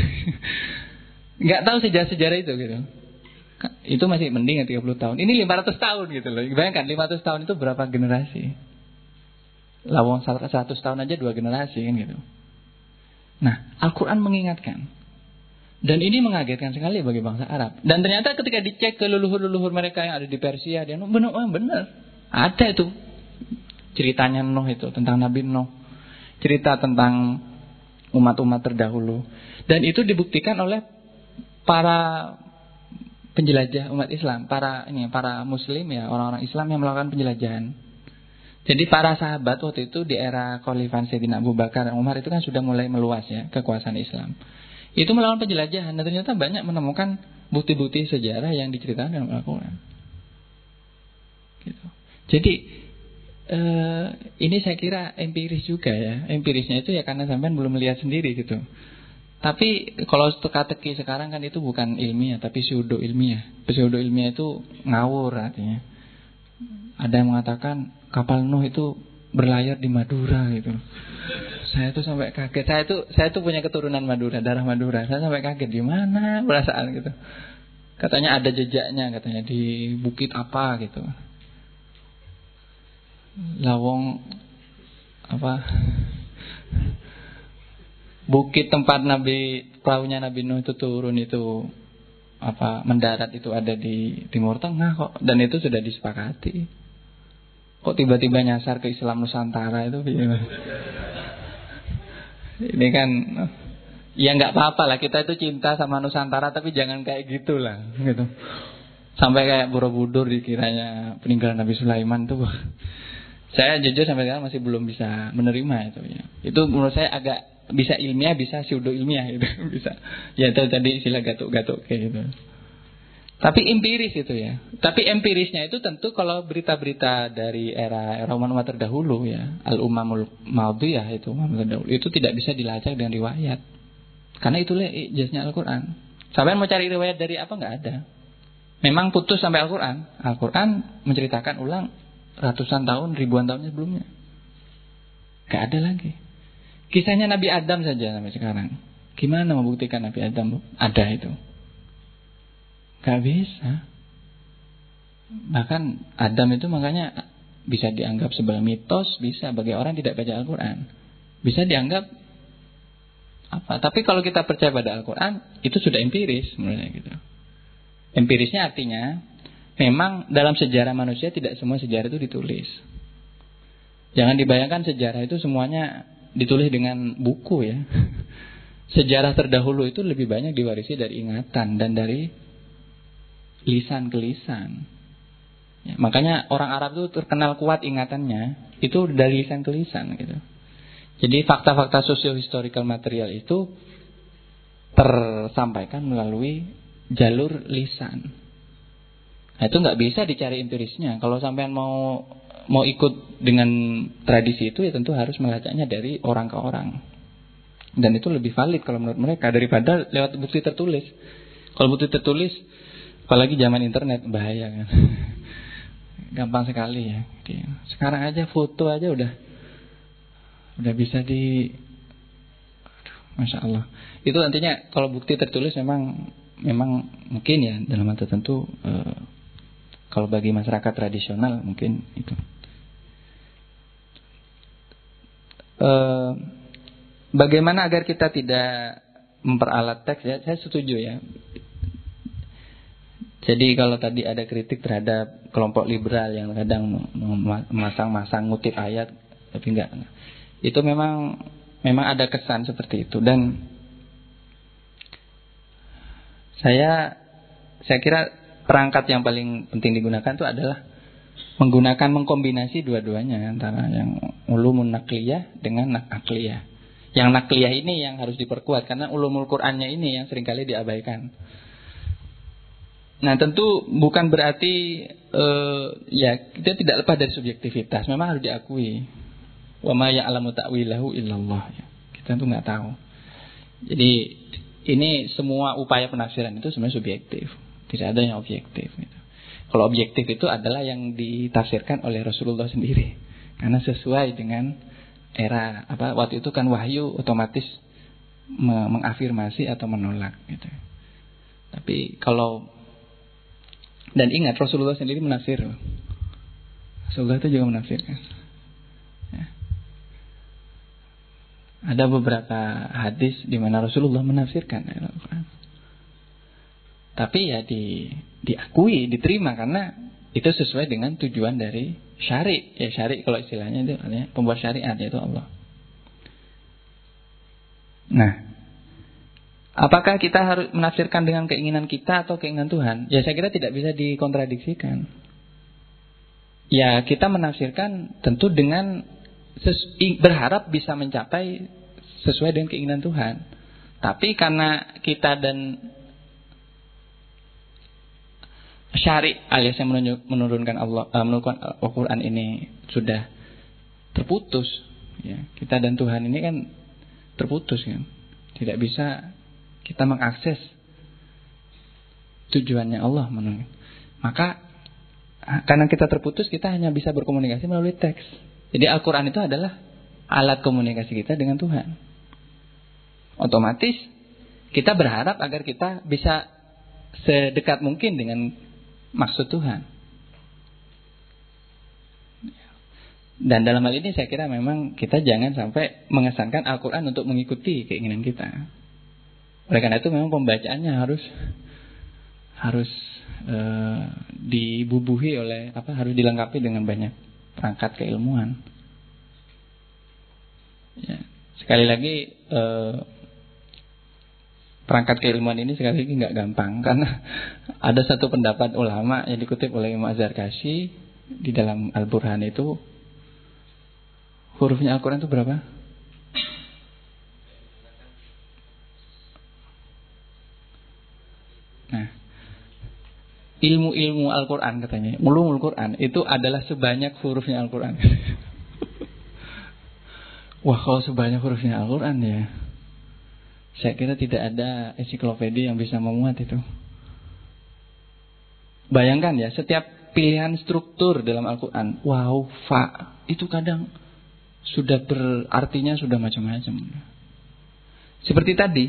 Gak tahu sejarah-sejarah itu gitu. Itu masih mending ya tiga puluh tahun. Ini lima ratus tahun gitu loh. Bayangkan lima ratus tahun itu berapa generasi? Lawang seratus tahun aja dua generasi kan gitu. Nah, Al-Quran mengingatkan. Dan ini mengagetkan sekali bagi bangsa Arab. Dan ternyata ketika dicek ke leluhur-leluhur mereka yang ada di Persia, dia benar, oh benar. Ada itu ceritanya Nuh itu, tentang Nabi Nuh. Cerita tentang umat-umat terdahulu. Dan itu dibuktikan oleh para penjelajah umat Islam, para ini para muslim ya, orang-orang Islam yang melakukan penjelajahan. Jadi para sahabat waktu itu di era Khalifah Sayyidina Abu Bakar dan Umar itu kan sudah mulai meluas ya kekuasaan Islam. Itu melakukan penjelajahan dan ternyata banyak menemukan bukti-bukti sejarah yang diceritakan dalam Al-Quran. Gitu. Jadi eh, ini saya kira empiris juga ya. Empirisnya itu ya karena sampean belum melihat sendiri gitu. Tapi kalau teka-teki sekarang kan itu bukan ilmiah tapi pseudo ilmiah. Pseudo ilmiah itu ngawur artinya. Ada yang mengatakan kapal Nuh itu berlayar di Madura gitu. Saya tuh sampai kaget. Saya tuh saya tuh punya keturunan Madura, darah Madura. Saya sampai kaget di mana perasaan gitu. Katanya ada jejaknya katanya di bukit apa gitu. Lawong apa? Bukit tempat Nabi perahunya Nabi Nuh itu turun itu apa mendarat itu ada di Timur Tengah kok, dan itu sudah disepakati. Kok tiba-tiba nyasar ke Islam Nusantara itu? Ini kan ya nggak apa-apa lah, kita itu cinta sama Nusantara tapi jangan kayak gitulah gitu. Sampai kayak Borobudur dikiranya peninggalan Nabi Sulaiman tuh. Saya jujur sampai sekarang masih belum bisa menerima itu ya. Itu menurut saya agak bisa ilmiah, bisa pseudo ilmiah gitu, bisa. Ya itu tadi istilah gatuk-gatuk kayak gitu. Tapi empiris itu ya. Tapi empirisnya itu tentu kalau berita-berita dari era era umat-umat terdahulu ya, al-umamul madhiyah itu umat terdahulu itu tidak bisa dilacak dengan riwayat. Karena itulah ijaznya Al-Qur'an. Sampai mau cari riwayat dari apa enggak ada. Memang putus sampai Al-Qur'an. Al-Qur'an menceritakan ulang ratusan tahun, ribuan tahun sebelumnya. Enggak ada lagi. Kisahnya Nabi Adam saja sampai sekarang. Gimana membuktikan Nabi Adam ada itu? Gak bisa. Bahkan Adam itu makanya bisa dianggap sebagai mitos, bisa bagi orang yang tidak baca Al-Quran. Bisa dianggap apa? Tapi kalau kita percaya pada Al-Quran, itu sudah empiris sebenarnya gitu. Empirisnya artinya memang dalam sejarah manusia tidak semua sejarah itu ditulis. Jangan dibayangkan sejarah itu semuanya ditulis dengan buku ya. Sejarah terdahulu itu lebih banyak diwarisi dari ingatan dan dari lisan ke lisan ya, makanya orang Arab itu terkenal kuat ingatannya itu dari lisan ke lisan gitu. Jadi fakta-fakta socio-historical material itu tersampaikan melalui jalur lisan. Nah, itu nggak bisa dicari empirisnya. Kalau sampean mau mau ikut dengan tradisi itu ya tentu harus melacaknya dari orang ke orang. Dan itu lebih valid kalau menurut mereka daripada lewat bukti tertulis. Kalau bukti tertulis, apalagi zaman internet, bahaya kan. Gampang sekali ya. Sekarang aja foto aja udah udah bisa di aduh, Masya Allah. Itu nantinya kalau bukti tertulis memang memang mungkin ya dalam hal tertentu eh, kalau bagi masyarakat tradisional mungkin itu. Eh, bagaimana agar kita tidak memperalat teks ya? Saya setuju ya. Jadi kalau tadi ada kritik terhadap kelompok liberal yang kadang memasang-masang ngutip ayat, tapi enggak. itu memang memang ada kesan seperti itu. Dan saya saya kira perangkat yang paling penting digunakan itu adalah menggunakan mengkombinasi dua-duanya, antara yang ulumun nakliyah dengan nakliyah. Yang nakliyah ini yang harus diperkuat karena ulumul Qur'annya ini yang seringkali diabaikan. Nah, tentu bukan berarti uh, ya kita tidak lepas dari subjektivitas. Memang harus diakui. Wa ma ya'lamu ta'wilahu illallah. Ya. Kita tuh nggak tahu. Jadi ini semua upaya penafsiran itu sebenarnya subjektif. Tidak ada yang objektif. Gitu. Kalau objektif itu adalah yang ditafsirkan oleh Rasulullah sendiri, karena sesuai dengan era apa waktu itu kan wahyu otomatis me- mengafirmasi atau menolak gitu. Tapi kalau dan ingat Rasulullah sendiri menafsir, Rasulullah itu juga menafsirkan. Ya. Ada beberapa hadis di mana Rasulullah menafsirkan Al-Quran. Tapi ya di, diakui, diterima karena itu sesuai dengan tujuan dari syari. Ya syari kalau istilahnya itu artinya pembuat syariat, yaitu Allah. Nah, apakah kita harus menafsirkan dengan keinginan kita atau keinginan Tuhan? Ya saya kira tidak bisa dikontradiksikan. Ya kita menafsirkan tentu dengan ses- berharap bisa mencapai sesuai dengan keinginan Tuhan. Tapi karena kita dan syari alias yang menurunkan Allah uh, menurunkan Al-Quran ini sudah terputus, ya. Kita dan Tuhan ini kan terputus kan, tidak bisa kita mengakses tujuannya Allah menurut. Maka karena kita terputus, kita hanya bisa berkomunikasi melalui teks. Jadi Al-Quran itu adalah alat komunikasi kita dengan Tuhan. Otomatis kita berharap agar kita bisa sedekat mungkin dengan maksud Tuhan. Dan dalam hal ini saya kira memang kita jangan sampai mengesankan Al-Quran untuk mengikuti keinginan kita. Oleh karena itu memang pembacaannya harus harus e, dibubuhi oleh apa harus dilengkapi dengan banyak perangkat keilmuan. Ya, sekali lagi e, perangkat keilmuan ini sekali lagi nggak gampang, karena ada satu pendapat ulama yang dikutip oleh Imam Az-Zarkashi di dalam Al-Burhan itu, hurufnya Al-Quran itu berapa? Nah, ilmu-ilmu Al-Quran katanya, ulumul Quran itu adalah sebanyak hurufnya Al-Quran. Wah, kalau sebanyak hurufnya Al-Quran ya, saya kira tidak ada ensiklopedia yang bisa memuat itu. Bayangkan ya, setiap pilihan struktur dalam Al-Quran, wow, fa, itu kadang sudah berartinya sudah macam-macam. Seperti tadi,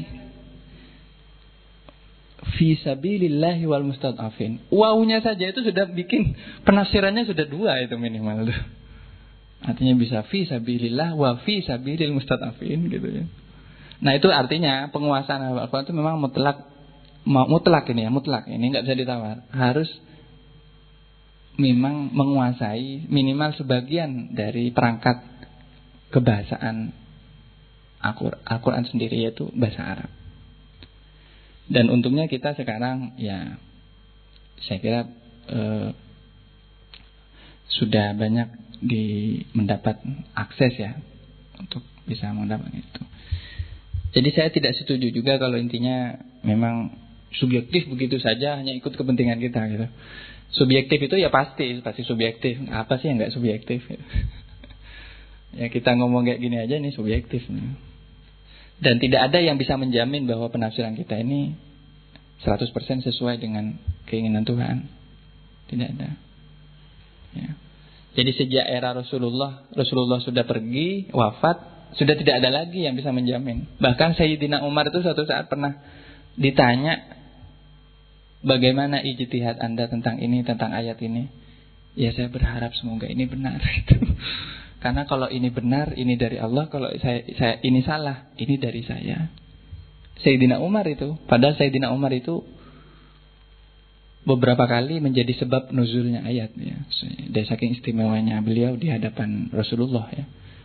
fi sabilillahi wal mustad'afin. Wawunya saja itu sudah bikin penafsirannya sudah dua itu minimal. Artinya bisa fi sabilillah wa fi sabilil mustad'afin gitu ya. Nah itu artinya penguasaan Al-Quran itu memang mutlak, mutlak ini ya, mutlak ini nggak bisa ditawar. Harus memang menguasai minimal sebagian dari perangkat kebahasaan Al-Quran sendiri, yaitu bahasa Arab. Dan untungnya kita sekarang ya saya kira eh, sudah banyak di mendapat akses ya untuk bisa mendapat itu. Jadi saya tidak setuju juga kalau intinya memang subjektif begitu saja, hanya ikut kepentingan kita gitu. Subjektif itu ya pasti, pasti subjektif. Apa sih yang nggak subjektif? Ya kita ngomong kayak gini aja nih subjektif. Dan tidak ada yang bisa menjamin bahwa penafsiran kita ini seratus persen sesuai dengan keinginan Tuhan. Tidak ada. Ya. Jadi sejak era Rasulullah, Rasulullah sudah pergi, wafat, sudah tidak ada lagi yang bisa menjamin. Bahkan Sayyidina Umar itu suatu saat pernah ditanya, bagaimana ijtihad Anda tentang ini, tentang ayat ini? Ya saya berharap semoga ini benar. Karena kalau ini benar, ini dari Allah. Kalau saya, saya ini salah, ini dari saya. Sayyidina Umar itu, padahal Sayyidina Umar itu beberapa kali menjadi sebab nuzulnya ayat ya. Dari saking istimewanya beliau di hadapan Rasulullah ya.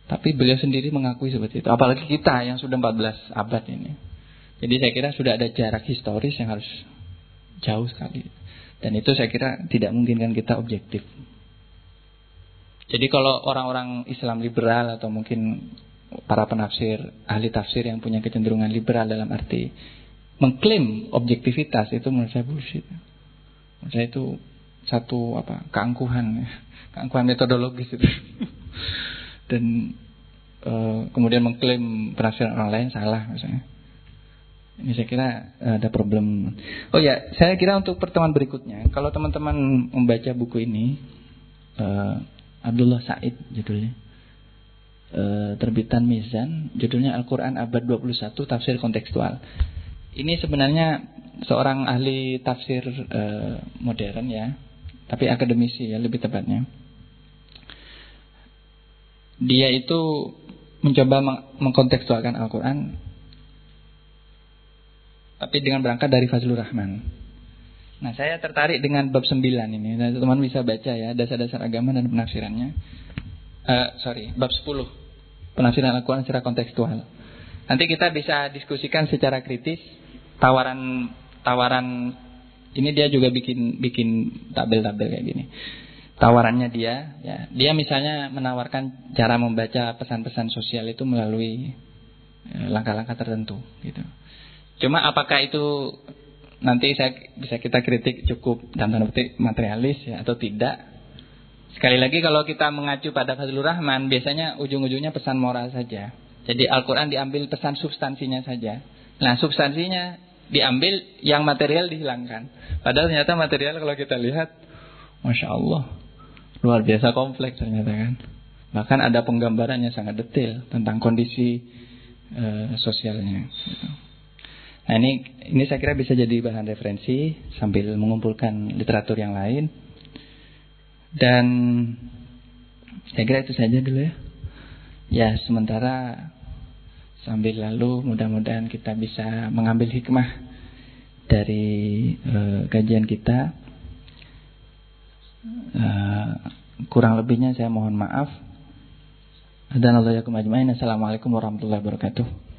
Tapi beliau sendiri mengakui seperti itu. Apalagi kita yang sudah empat belas abad ini. Jadi saya kira sudah ada jarak historis yang harus jauh sekali. Dan itu saya kira tidak memungkinkan kita objektif. Jadi kalau orang-orang Islam liberal atau mungkin para penafsir, ahli tafsir yang punya kecenderungan liberal dalam arti mengklaim objektivitas, itu menurut saya bullshit. Menurut saya itu satu apa keangkuhan, keangkuhan metodologis itu. Dan uh, kemudian mengklaim penafsiran orang lain salah misalnya. Ini saya kira uh, ada problem. Oh ya, saya kira untuk pertemuan berikutnya, kalau teman-teman membaca buku ini, uh, Abdullah Said judulnya, uh, terbitan Mizan, judulnya Al-Quran Abad dua puluh satu Tafsir Kontekstual. Ini sebenarnya seorang ahli tafsir uh, modern ya, tapi akademisi ya lebih tepatnya. Dia itu mencoba meng- mengkontekstualkan Al-Quran, tapi dengan berangkat dari Fazlur Rahman. Nah, saya tertarik dengan bab sembilan ini. Nah, teman bisa baca ya, dasar-dasar agama dan penafsirannya. Uh, sorry, bab sepuluh, penafsiran Al-Quran secara kontekstual. Nanti kita bisa diskusikan secara kritis. Tawaran tawaran ini dia juga bikin bikin tabel-tabel kayak gini. Tawarannya dia, ya, dia misalnya menawarkan cara membaca pesan-pesan sosial itu melalui eh, langkah-langkah tertentu, gitu. Cuma apakah itu nanti saya bisa kita kritik cukup dalam tanda petik materialis ya atau tidak? Sekali lagi kalau kita mengacu pada Fazlur Rahman, biasanya ujung-ujungnya pesan moral saja. Jadi Al-Quran diambil pesan substansinya saja. Nah, substansinya diambil, yang material dihilangkan. Padahal ternyata material kalau kita lihat, Masya Allah, luar biasa kompleks ternyata kan. Bahkan ada penggambarannya sangat detail tentang kondisi uh, sosialnya. Gitu. Nah ini, ini saya kira bisa jadi bahan referensi sambil mengumpulkan literatur yang lain. Dan saya kira itu saja dulu ya. Ya sementara sambil lalu mudah-mudahan kita bisa mengambil hikmah dari uh, kajian kita. Uh, kurang lebihnya saya mohon maaf. Dan Allah yakum ajmain. Assalamualaikum warahmatullahi wabarakatuh.